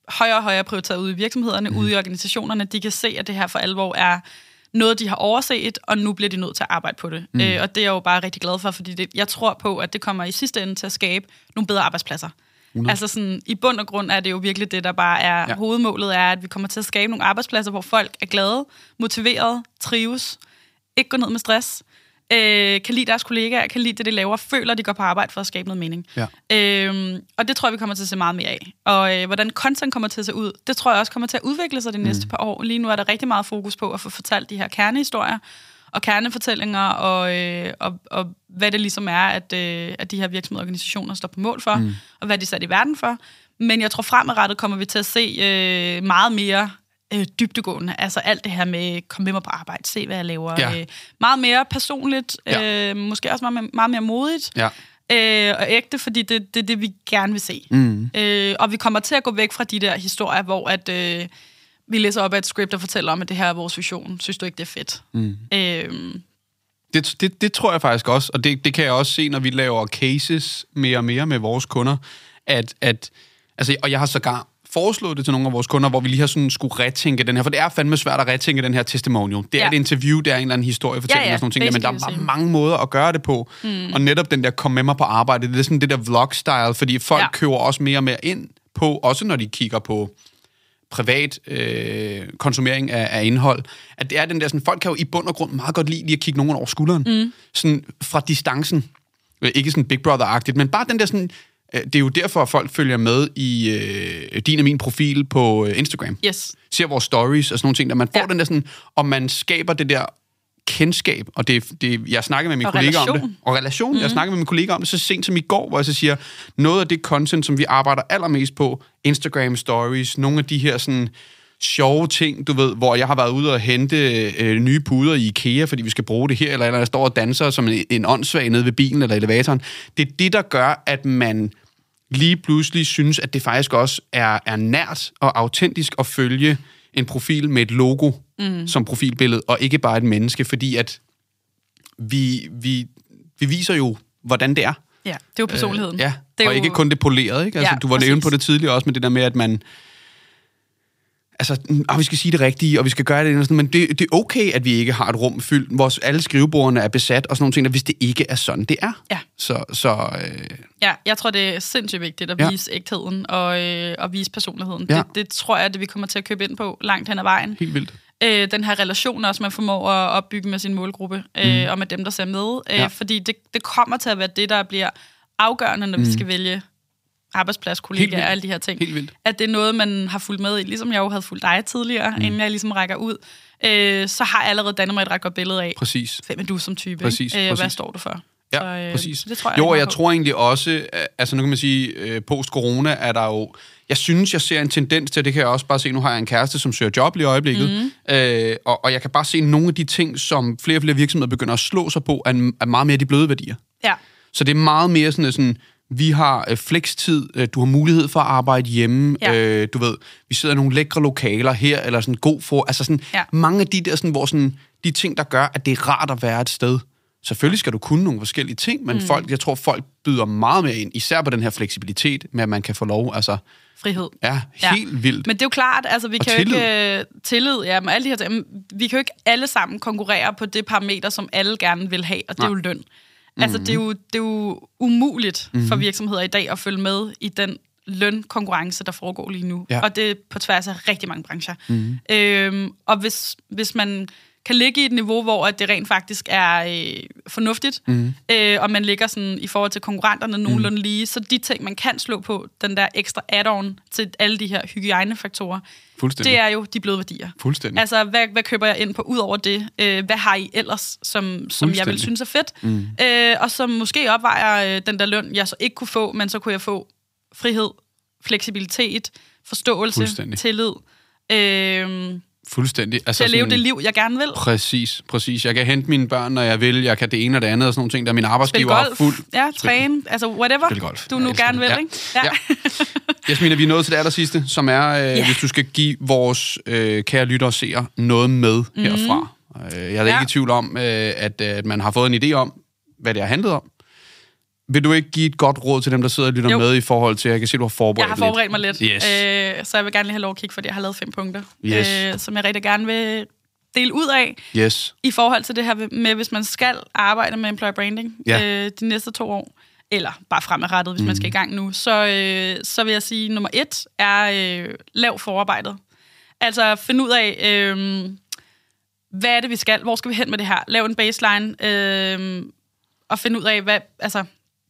[SPEAKER 1] højere og højere prioriteret ude i virksomhederne, mm. ude i organisationerne. De kan se, at det her for alvor er noget, de har overset, og nu bliver de nødt til at arbejde på det. Mm. Øh, og det er jeg jo bare rigtig glad for, fordi det, jeg tror på, at det kommer i sidste ende til at skabe nogle bedre arbejdspladser. hundrede Altså sådan, i bund og grund er det jo virkelig det, der bare er ja. hovedmålet, er, at vi kommer til at skabe nogle arbejdspladser, hvor folk er glade, motiverede, trives, ikke går ned med stress, øh, kan lide deres kollegaer, kan lide det, de laver, føler, de går på arbejde for at skabe noget mening. Ja. Øh, og det tror jeg, vi kommer til at se meget mere af. Og øh, hvordan content kommer til at se ud, det tror jeg også kommer til at udvikle sig de næste mm. par år. Lige nu er der rigtig meget fokus på at få fortalt de her kernehistorier, og kernefortællinger, og, øh, og, og hvad det ligesom er, at, øh, at de her virksomheder og organisationer står på mål for, mm. og hvad de er sat i verden for. Men jeg tror fremadrettet kommer vi til at se øh, meget mere øh, dybdegående. Altså alt det her med, kom med mig på arbejde, se hvad jeg laver. Ja. Øh, meget mere personligt, ja. øh, måske også meget, meget mere modigt. Ja. Øh, og ægte, fordi det er det, det, vi gerne vil se. Mm. Øh, og vi kommer til at gå væk fra de der historier, hvor at... Øh, vi læser op af et script, der fortæller om, at det her er vores vision. Synes du ikke, det er fedt? Mm. Øhm.
[SPEAKER 2] Det, det, det tror jeg faktisk også, og det, det kan jeg også se, når vi laver cases mere og mere med vores kunder, at, at altså, og jeg har sågar foreslået det til nogle af vores kunder, hvor vi lige har sådan skulle retænke den her, for det er fandme svært at retænke den her testimonial. Det er ja. et interview, det er en eller anden historiefortælling ja, ja, og sådan nogle ting, men der er bare mange måder at gøre det på. Mm. Og netop den der, kom med mig på arbejde, det er sådan det der vlog-style, fordi folk ja. køber også mere og mere ind på, også når de kigger på privat øh, konsumering af, af indhold, at det er den der sådan, folk kan jo i bund og grund meget godt lide lige at kigge nogen over skulderen. Mm. Sådan fra distancen. Ikke sådan Big Brother-agtigt, men bare den der sådan, øh, det er jo derfor, at folk følger med i øh, din og min profil på øh, Instagram.
[SPEAKER 1] Yes.
[SPEAKER 2] Ser vores stories og sådan nogle ting, der man får ja. den der sådan, og man skaber det der kendskab, og det, det jeg snakker med mine kollegaer om det, og relation, mm. jeg snakker med mine kollegaer om det så sent som i går, hvor jeg så siger, noget af det content, som vi arbejder allermest på, Instagram stories, nogle af de her sådan sjove ting, du ved, hvor jeg har været ude og hente øh, nye puder i IKEA, fordi vi skal bruge det her, eller, eller jeg står og danser som en, en åndssvag nede ved bilen eller elevatoren. Det er det, der gør, at man lige pludselig synes, at det faktisk også er, er nært og autentisk at følge en profil med et logo mm. som profilbillede, og ikke bare et menneske, fordi at vi, vi, vi viser jo, hvordan det er.
[SPEAKER 1] Ja, det er jo personligheden.
[SPEAKER 2] Øh, ja,
[SPEAKER 1] det er
[SPEAKER 2] og
[SPEAKER 1] jo...
[SPEAKER 2] ikke kun det polerede, ikke? Altså, ja, du var nævnt på det tidligere også, med det der med, at man... Altså, ah, vi skal sige det rigtige, og vi skal gøre det, sådan, men det, det er okay, at vi ikke har et rum fyldt, hvor alle skrivebordene er besat, og sådan nogle ting, hvis det ikke er sådan, det er.
[SPEAKER 1] Ja.
[SPEAKER 2] Så, så, øh...
[SPEAKER 1] ja, jeg tror, det er sindssygt vigtigt at vise ja. ægtheden og, øh, og vise personligheden.
[SPEAKER 2] Ja.
[SPEAKER 1] Det, det tror jeg, at vi kommer til at købe ind på langt hen ad vejen.
[SPEAKER 2] Helt vildt.
[SPEAKER 1] Øh, den her relation også, man formår at opbygge med sin målgruppe, øh, mm. og med dem, der ser med. Øh, ja. Fordi det, det kommer til at være det, der bliver afgørende, når mm. vi skal vælge arbejdsplads, kollegaer og alle de her ting.
[SPEAKER 2] Helt vildt.
[SPEAKER 1] At det er noget, man har fulgt med i, ligesom jeg jo havde fulgt dig tidligere, mm. inden jeg ligesom rækker ud. Øh, så har jeg allerede dannet mig et ret godt billede af,
[SPEAKER 2] præcis.
[SPEAKER 1] hvem er du som type?
[SPEAKER 2] Præcis.
[SPEAKER 1] Øh,
[SPEAKER 2] præcis.
[SPEAKER 1] Hvad står du for?
[SPEAKER 2] Ja,
[SPEAKER 1] så, øh,
[SPEAKER 2] præcis.
[SPEAKER 1] Det tror jeg,
[SPEAKER 2] jo, og
[SPEAKER 1] jeg,
[SPEAKER 2] jeg tror egentlig også, altså nu kan man sige, øh, post-corona er der jo, jeg synes, jeg ser en tendens til, det kan jeg også bare se, nu har jeg en kæreste, som søger job lige i øjeblikket, mm. øh, og, og jeg kan bare se nogle af de ting, som flere og flere virksomheder begynder at slå sig på, er, er meget mere de bløde værdier.
[SPEAKER 1] Ja.
[SPEAKER 2] Så det er meget mere sådan, sådan vi har øh, flekstid, øh, du har mulighed for at arbejde hjemme, ja. øh, du ved, vi sidder i nogle lækre lokaler her, eller sådan god for, altså sådan ja. mange af de der, sådan, hvor sådan, de ting, der gør, at det er rart at være et sted. Selvfølgelig skal du kunne nogle forskellige ting, men mm. folk, jeg tror, folk byder meget mere ind, især på den her fleksibilitet, med at man kan få lov, altså...
[SPEAKER 1] Frihed.
[SPEAKER 2] Ja, helt ja. vildt.
[SPEAKER 1] Men det er jo klart, altså vi
[SPEAKER 2] og
[SPEAKER 1] kan
[SPEAKER 2] tillid.
[SPEAKER 1] jo ikke... Tillid, ja, med alle de her ting, vi kan jo ikke alle sammen konkurrere på det parameter, som alle gerne vil have, og det Nej. er jo løn. Mm. Altså det er jo, det er jo umuligt mm. for virksomheder i dag at følge med i den lønkonkurrence, der foregår lige nu. Ja. Og det er på tværs af rigtig mange brancher. Mm. Øhm, og hvis, hvis man... kan ligge i et niveau, hvor at det rent faktisk er øh, fornuftigt, mm. øh, og man ligger sådan i forhold til konkurrenterne nogenlunde mm. lige, så de ting, man kan slå på, den der ekstra add-on til alle de her hygiejnefaktorer, det er jo de bløde værdier.
[SPEAKER 2] Fuldstændig.
[SPEAKER 1] Altså, hvad, hvad køber jeg ind på ud over det? Øh, hvad har I ellers, som, som jeg vil synes er fedt? Mm. Øh, og som måske opvejer øh, den der løn, jeg så ikke kunne få, men så kunne jeg få frihed, fleksibilitet, forståelse, tillid, øh,
[SPEAKER 2] fuldstændig. Altså
[SPEAKER 1] til at leve
[SPEAKER 2] sådan,
[SPEAKER 1] det liv, jeg gerne vil.
[SPEAKER 2] Præcis, præcis. Jeg kan hente mine børn, når jeg vil. Jeg kan det ene og det andet, og sådan nogle ting, der min arbejdsgiver er fuld.
[SPEAKER 1] Ja, træne, altså whatever,
[SPEAKER 2] golf.
[SPEAKER 1] du nu gerne vil,
[SPEAKER 2] ja.
[SPEAKER 1] ikke? Ja.
[SPEAKER 2] ja. Jasmine, vi er nået til det aller sidste, som er, øh, yeah. hvis du skal give vores øh, kære lyttere og seere noget med mm-hmm. herfra. Øh, jeg er ja. ikke i tvivl om, øh, at, at man har fået en idé om, hvad det har handlet om. Vil du ikke give et godt råd til dem, der sidder og lytter jo. med i forhold til, jeg kan se, du har forberedt
[SPEAKER 1] Jeg har forberedt mig lidt,
[SPEAKER 2] yes.
[SPEAKER 1] øh, så jeg vil gerne lige have lov at kigge, fordi jeg har lavet fem punkter,
[SPEAKER 2] yes.
[SPEAKER 1] øh, som jeg rigtig gerne vil dele ud af,
[SPEAKER 2] yes.
[SPEAKER 1] i forhold til det her med, hvis man skal arbejde med employer branding ja. øh, de næste to år, eller bare fremadrettet, hvis mm. man skal i gang nu, så, øh, så vil jeg sige, at nummer et er øh, lav forarbejdet. Altså finde ud af, øh, hvad er det, vi skal, hvor skal vi hen med det her? Lav en baseline, øh, og finde ud af, hvad, altså,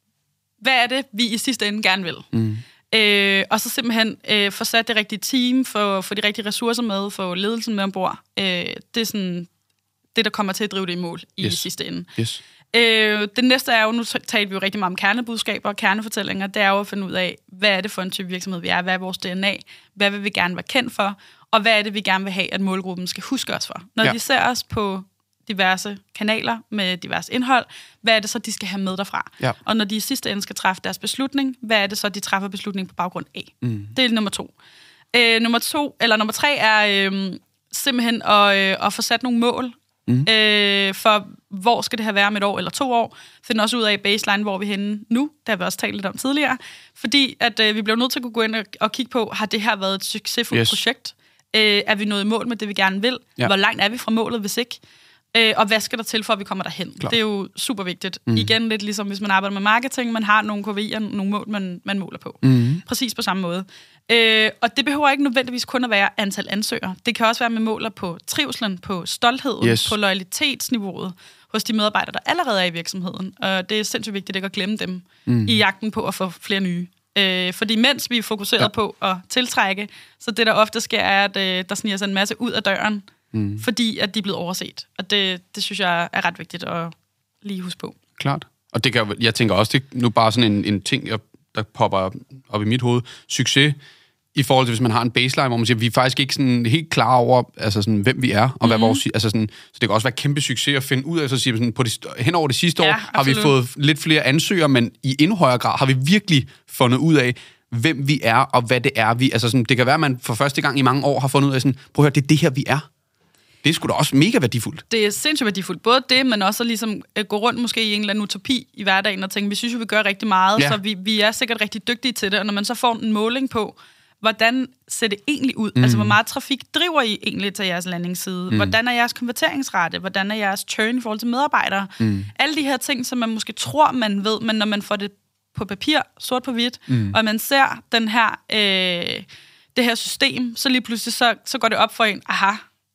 [SPEAKER 1] hvad er det, vi i sidste ende gerne vil. Mm. Øh, og så simpelthen øh, få sat det rigtige team, få, få de rigtige ressourcer med, få ledelsen med ombord. Øh, det er sådan det, der kommer til at drive det i mål i
[SPEAKER 2] yes.
[SPEAKER 1] sidste ende.
[SPEAKER 2] Yes.
[SPEAKER 1] Øh, det næste er jo, nu taler vi jo rigtig meget om kernebudskaber og kernefortællinger, det er jo at finde ud af, hvad er det for en type virksomhed, vi er, hvad er vores D N A, hvad vil vi gerne være kendt for, og hvad er det, vi gerne vil have, at målgruppen skal huske os for. Når ja. de ser os på diverse kanaler med divers indhold, hvad er det så, de skal have med derfra? Ja. Og når de i sidste ende skal træffe deres beslutning, hvad er det så, de træffer beslutning på baggrund af? Mm. Det er nummer to. Øh, nummer to, eller nummer tre er øh, simpelthen at, øh, at få sat nogle mål, mm. øh, for hvor skal det her være om et år eller to år. Find også ud af baseline, hvor vi er henne nu. Det har vi også talt lidt om tidligere. Fordi at øh, vi bliver nødt til at kunne gå ind og, og kigge på, har det her været et succesfuldt yes. projekt? Øh, er vi nået i mål med det, vi gerne vil? Ja. Hvor langt er vi fra målet, hvis ikke? Øh, og hvad skal der til, for at vi kommer derhen? Klar. Det er jo super vigtigt. Mm. Igen lidt ligesom, hvis man arbejder med marketing, man har nogle K V I'er, nogle mål, man, man måler på. Mm. Præcis på samme måde. Øh, og det behøver ikke nødvendigvis kun at være antal ansøgere. Det kan også være med måler på trivselen, på stoltheden, yes. på loyalitetsniveauet hos de medarbejdere, der allerede er i virksomheden. Og det er sindssygt vigtigt ikke at glemme dem mm. i jagten på at få flere nye. Øh, fordi mens vi er fokuseret ja. på at tiltrække, så det der ofte sker, er, at øh, der sniger sig en masse ud af døren, mm. fordi at de er blevet overset. Og det, det synes jeg er ret vigtigt at lige huske på. Klart.
[SPEAKER 2] Og det kan, jeg tænker også, det er nu bare sådan en, en ting, der popper op i mit hoved. Succes i forhold til, hvis man har en baseline, hvor man siger, vi er faktisk ikke sådan helt klar over, altså sådan, hvem vi er, og mm-hmm. hvad vores, altså sådan, så det kan også være kæmpe succes at finde ud af, så siger sådan, på det, hen over det sidste ja, år, har absolut. vi fået lidt flere ansøgere, men i endnu højere grad har vi virkelig fundet ud af, hvem vi er, og hvad det er, vi, altså sådan, det kan være, at man for første gang i mange år har fundet ud af sådan, prøv at høre, det er det her, vi er. Det er sgu da også mega værdifuldt.
[SPEAKER 1] Det er sindssygt værdifuldt. Både det, men også at ligesom gå rundt måske i en eller anden utopi i hverdagen og tænke, vi synes jo, vi gør rigtig meget, ja. så vi, vi er sikkert rigtig dygtige til det, og når man så får en måling på, hvordan ser det egentlig ud? Mm. Altså, hvor meget trafik driver I egentlig til jeres landingsside? Mm. Hvordan er jeres konverteringsrate? Hvordan er jeres churn i forhold til medarbejdere? Mm. Alle de her ting, som man måske tror, man ved, men når man får det på papir, sort på hvidt, mm. og man ser den her, øh, det her system, så lige pludselig så, så går det op for en, aha,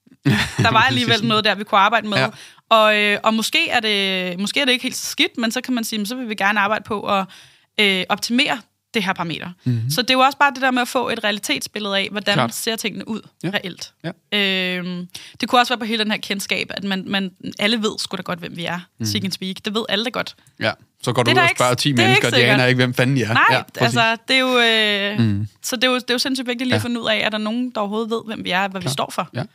[SPEAKER 1] der var alligevel noget der, vi kunne arbejde med. Ja. Og, øh, og måske, er det, måske er det ikke helt skidt, men så kan man sige, så vil vi gerne arbejde på at øh, optimere det her parameter. Mm-hmm. Så det er jo også bare det der med at få et realitetsbillede af, hvordan Klart. ser tingene ud ja. reelt. Ja. Øhm, det kunne også være på hele den her kendskab, at man, man alle ved sgu da godt, hvem vi er. Mm. Seek and Speak. Det ved alle da godt.
[SPEAKER 2] Ja, så går du ud og spørger ti mennesker, og de aner ikke, hvem fanden de er.
[SPEAKER 1] Nej,
[SPEAKER 2] ja,
[SPEAKER 1] altså, det er jo, øh, mm. så det er jo, det er jo sindssygt vigtigt lige ja. at finde ud af, at der nogen, der overhovedet ved, hvem vi er, hvad Klart. vi står for. Ja.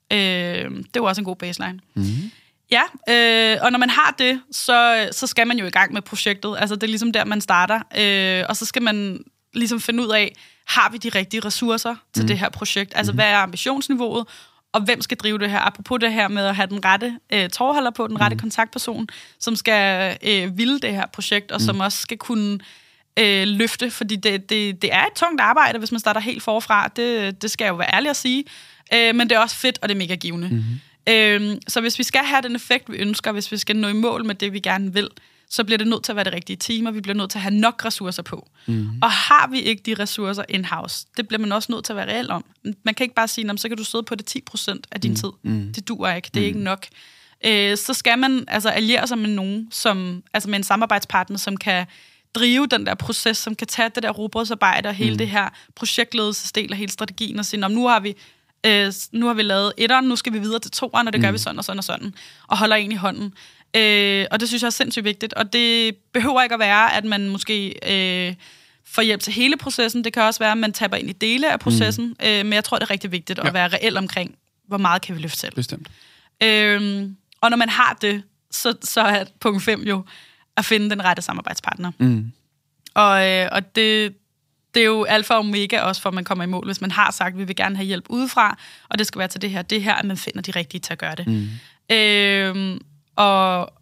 [SPEAKER 1] Øh, det er jo også en god baseline. Mm. Ja, øh, og når man har det, så, så skal man jo i gang med projektet. Altså, det er ligesom der, man starter. Øh, og så skal man ligesom finde ud af, har vi de rigtige ressourcer til mm. det her projekt? Altså, mm. hvad er ambitionsniveauet? Og hvem skal drive det her? Apropos det her med at have den rette øh, tovholder på, den rette mm. kontaktperson, som skal øh, ville det her projekt, og mm. som også skal kunne øh, løfte. Fordi det, det, det er et tungt arbejde, hvis man starter helt forfra. Det, det skal jeg jo være ærlig at sige. Øh, men det er også fedt, og det er mega givende. Mm. Øhm, så hvis vi skal have den effekt, vi ønsker, hvis vi skal nå i mål med det, vi gerne vil, så bliver det nødt til at være det rigtige team, og vi bliver nødt til at have nok ressourcer på. Mm. Og har vi ikke de ressourcer in-house, det bliver man også nødt til at være reel om. Man kan ikke bare sige, så kan du sidde på det ti procent af din mm. tid. Mm. Det duer ikke, det er mm. ikke nok. Øh, så skal man altså alliere sig med nogen, som, altså med en samarbejdspartner, som kan drive den der proces, som kan tage det der rugbrødsarbejde og hele mm. det her projektledelsesdel og hele strategien og sige, nu har vi Øh, nu har vi lavet etteren, nu skal vi videre til toeren, og det gør mm. vi sådan og sådan og sådan, og holder en i hånden. Øh, og det synes jeg er sindssygt vigtigt, og det behøver ikke at være, at man måske øh, får hjælp til hele processen. Det kan også være, at man tapper ind i dele af processen, mm. øh, men jeg tror, det er rigtig vigtigt ja. at være reel omkring, hvor meget kan vi løfte selv.
[SPEAKER 2] Bestemt.
[SPEAKER 1] Øh, og når man har det, så, så er punkt fem jo at finde den rette samarbejdspartner. Mm. Og, øh, og det Det er jo alfa og omega også, for at man kommer i mål, hvis man har sagt, at vi vil gerne have hjælp udefra, og det skal være til det her, det her, at man finder de rigtige til at gøre det. Mm. Øhm, og,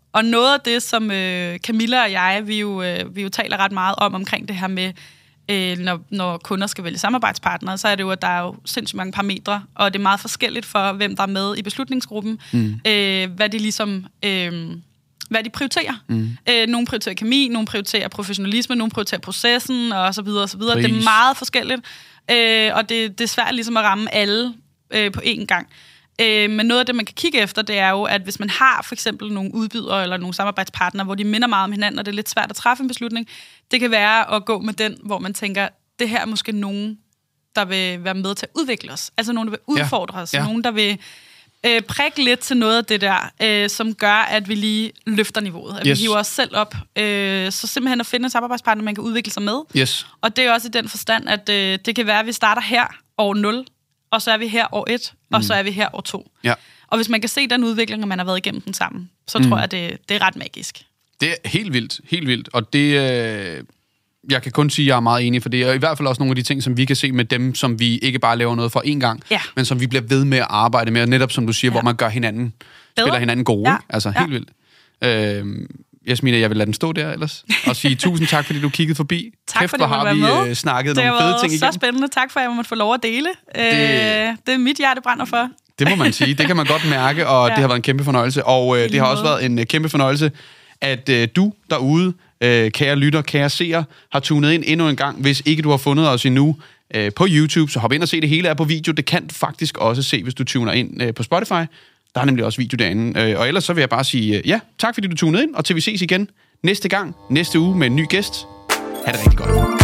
[SPEAKER 1] Og noget af det, som øh, Camilla og jeg, vi jo, øh, vi jo taler ret meget om, omkring det her med, øh, når, når kunder skal vælge samarbejdspartnere, så er det jo, at der er jo sindssygt mange parametre, og det er meget forskelligt for, hvem der er med i beslutningsgruppen, mm. øh, hvad de ligesom... Øh, hvad de prioriterer. Mm. Øh, nogle prioriterer kemi, nogle prioriterer professionalisme, nogle prioriterer processen, og så videre, og så videre. Det er meget forskelligt, øh, og det, det er svært ligesom at ramme alle øh, på én gang. Øh, men noget af det, man kan kigge efter, det er jo, at hvis man har for eksempel nogle udbydere eller nogle samarbejdspartnere, hvor de minder meget om hinanden, og det er lidt svært at træffe en beslutning, det kan være at gå med den, hvor man tænker, det her er måske nogen, der vil være med til at udvikle os. Altså nogen, der vil udfordre ja. os. Ja. Nogen, der vil øh, prikke lidt til noget af det der, øh, som gør, at vi lige løfter niveauet. At yes. vi hiver os selv op. Øh, så simpelthen at finde en samarbejdspartner, man kan udvikle sig med.
[SPEAKER 2] Yes.
[SPEAKER 1] Og det er også i den forstand, at øh, det kan være, at vi starter her år nul, og så er vi her år et, og mm. så er vi her år to. Ja. Og hvis man kan se den udvikling, og man har været igennem den sammen, så mm. tror jeg, det, det er ret magisk.
[SPEAKER 2] Det er helt vildt, helt vildt. Og det, øh, jeg kan kun sige, at jeg er meget enig, for det er i hvert fald også nogle af de ting, som vi kan se med dem, som vi ikke bare laver noget for én gang, ja. men som vi bliver ved med at arbejde med, netop som du siger, ja. hvor man gør hinanden, Bedre. spiller hinanden gode. Ja. Altså helt ja. vildt. Øh, Jasmina, jeg vil lade den stå der ellers, og sige tusind tak, fordi du kiggede forbi.
[SPEAKER 1] Tak
[SPEAKER 2] Kæft,
[SPEAKER 1] fordi
[SPEAKER 2] hvor har vi øh, snakket
[SPEAKER 1] det
[SPEAKER 2] nogle fede ting igen.
[SPEAKER 1] Det har været så spændende. Tak for, at jeg måtte få lov at dele. Det, øh, det er mit hjerte brænder for.
[SPEAKER 2] Det må man sige. Det kan man godt mærke, og ja. det har været en kæmpe fornøjelse. Og øh, det har også været en øh, kæmpe fornøjelse, at øh, du derude, øh, kære lytter, kære seer, har tunet ind endnu en gang. Hvis ikke du har fundet os endnu øh, på YouTube, så hop ind og se det hele er på video. Det kan du faktisk også se, hvis du tuner ind øh, på Spotify. Der er nemlig også video derinde. Øh, og ellers så vil jeg bare sige, øh, ja, tak fordi du tunede ind, og til vi ses igen næste gang, næste uge med en ny gæst. Ha' det rigtig godt.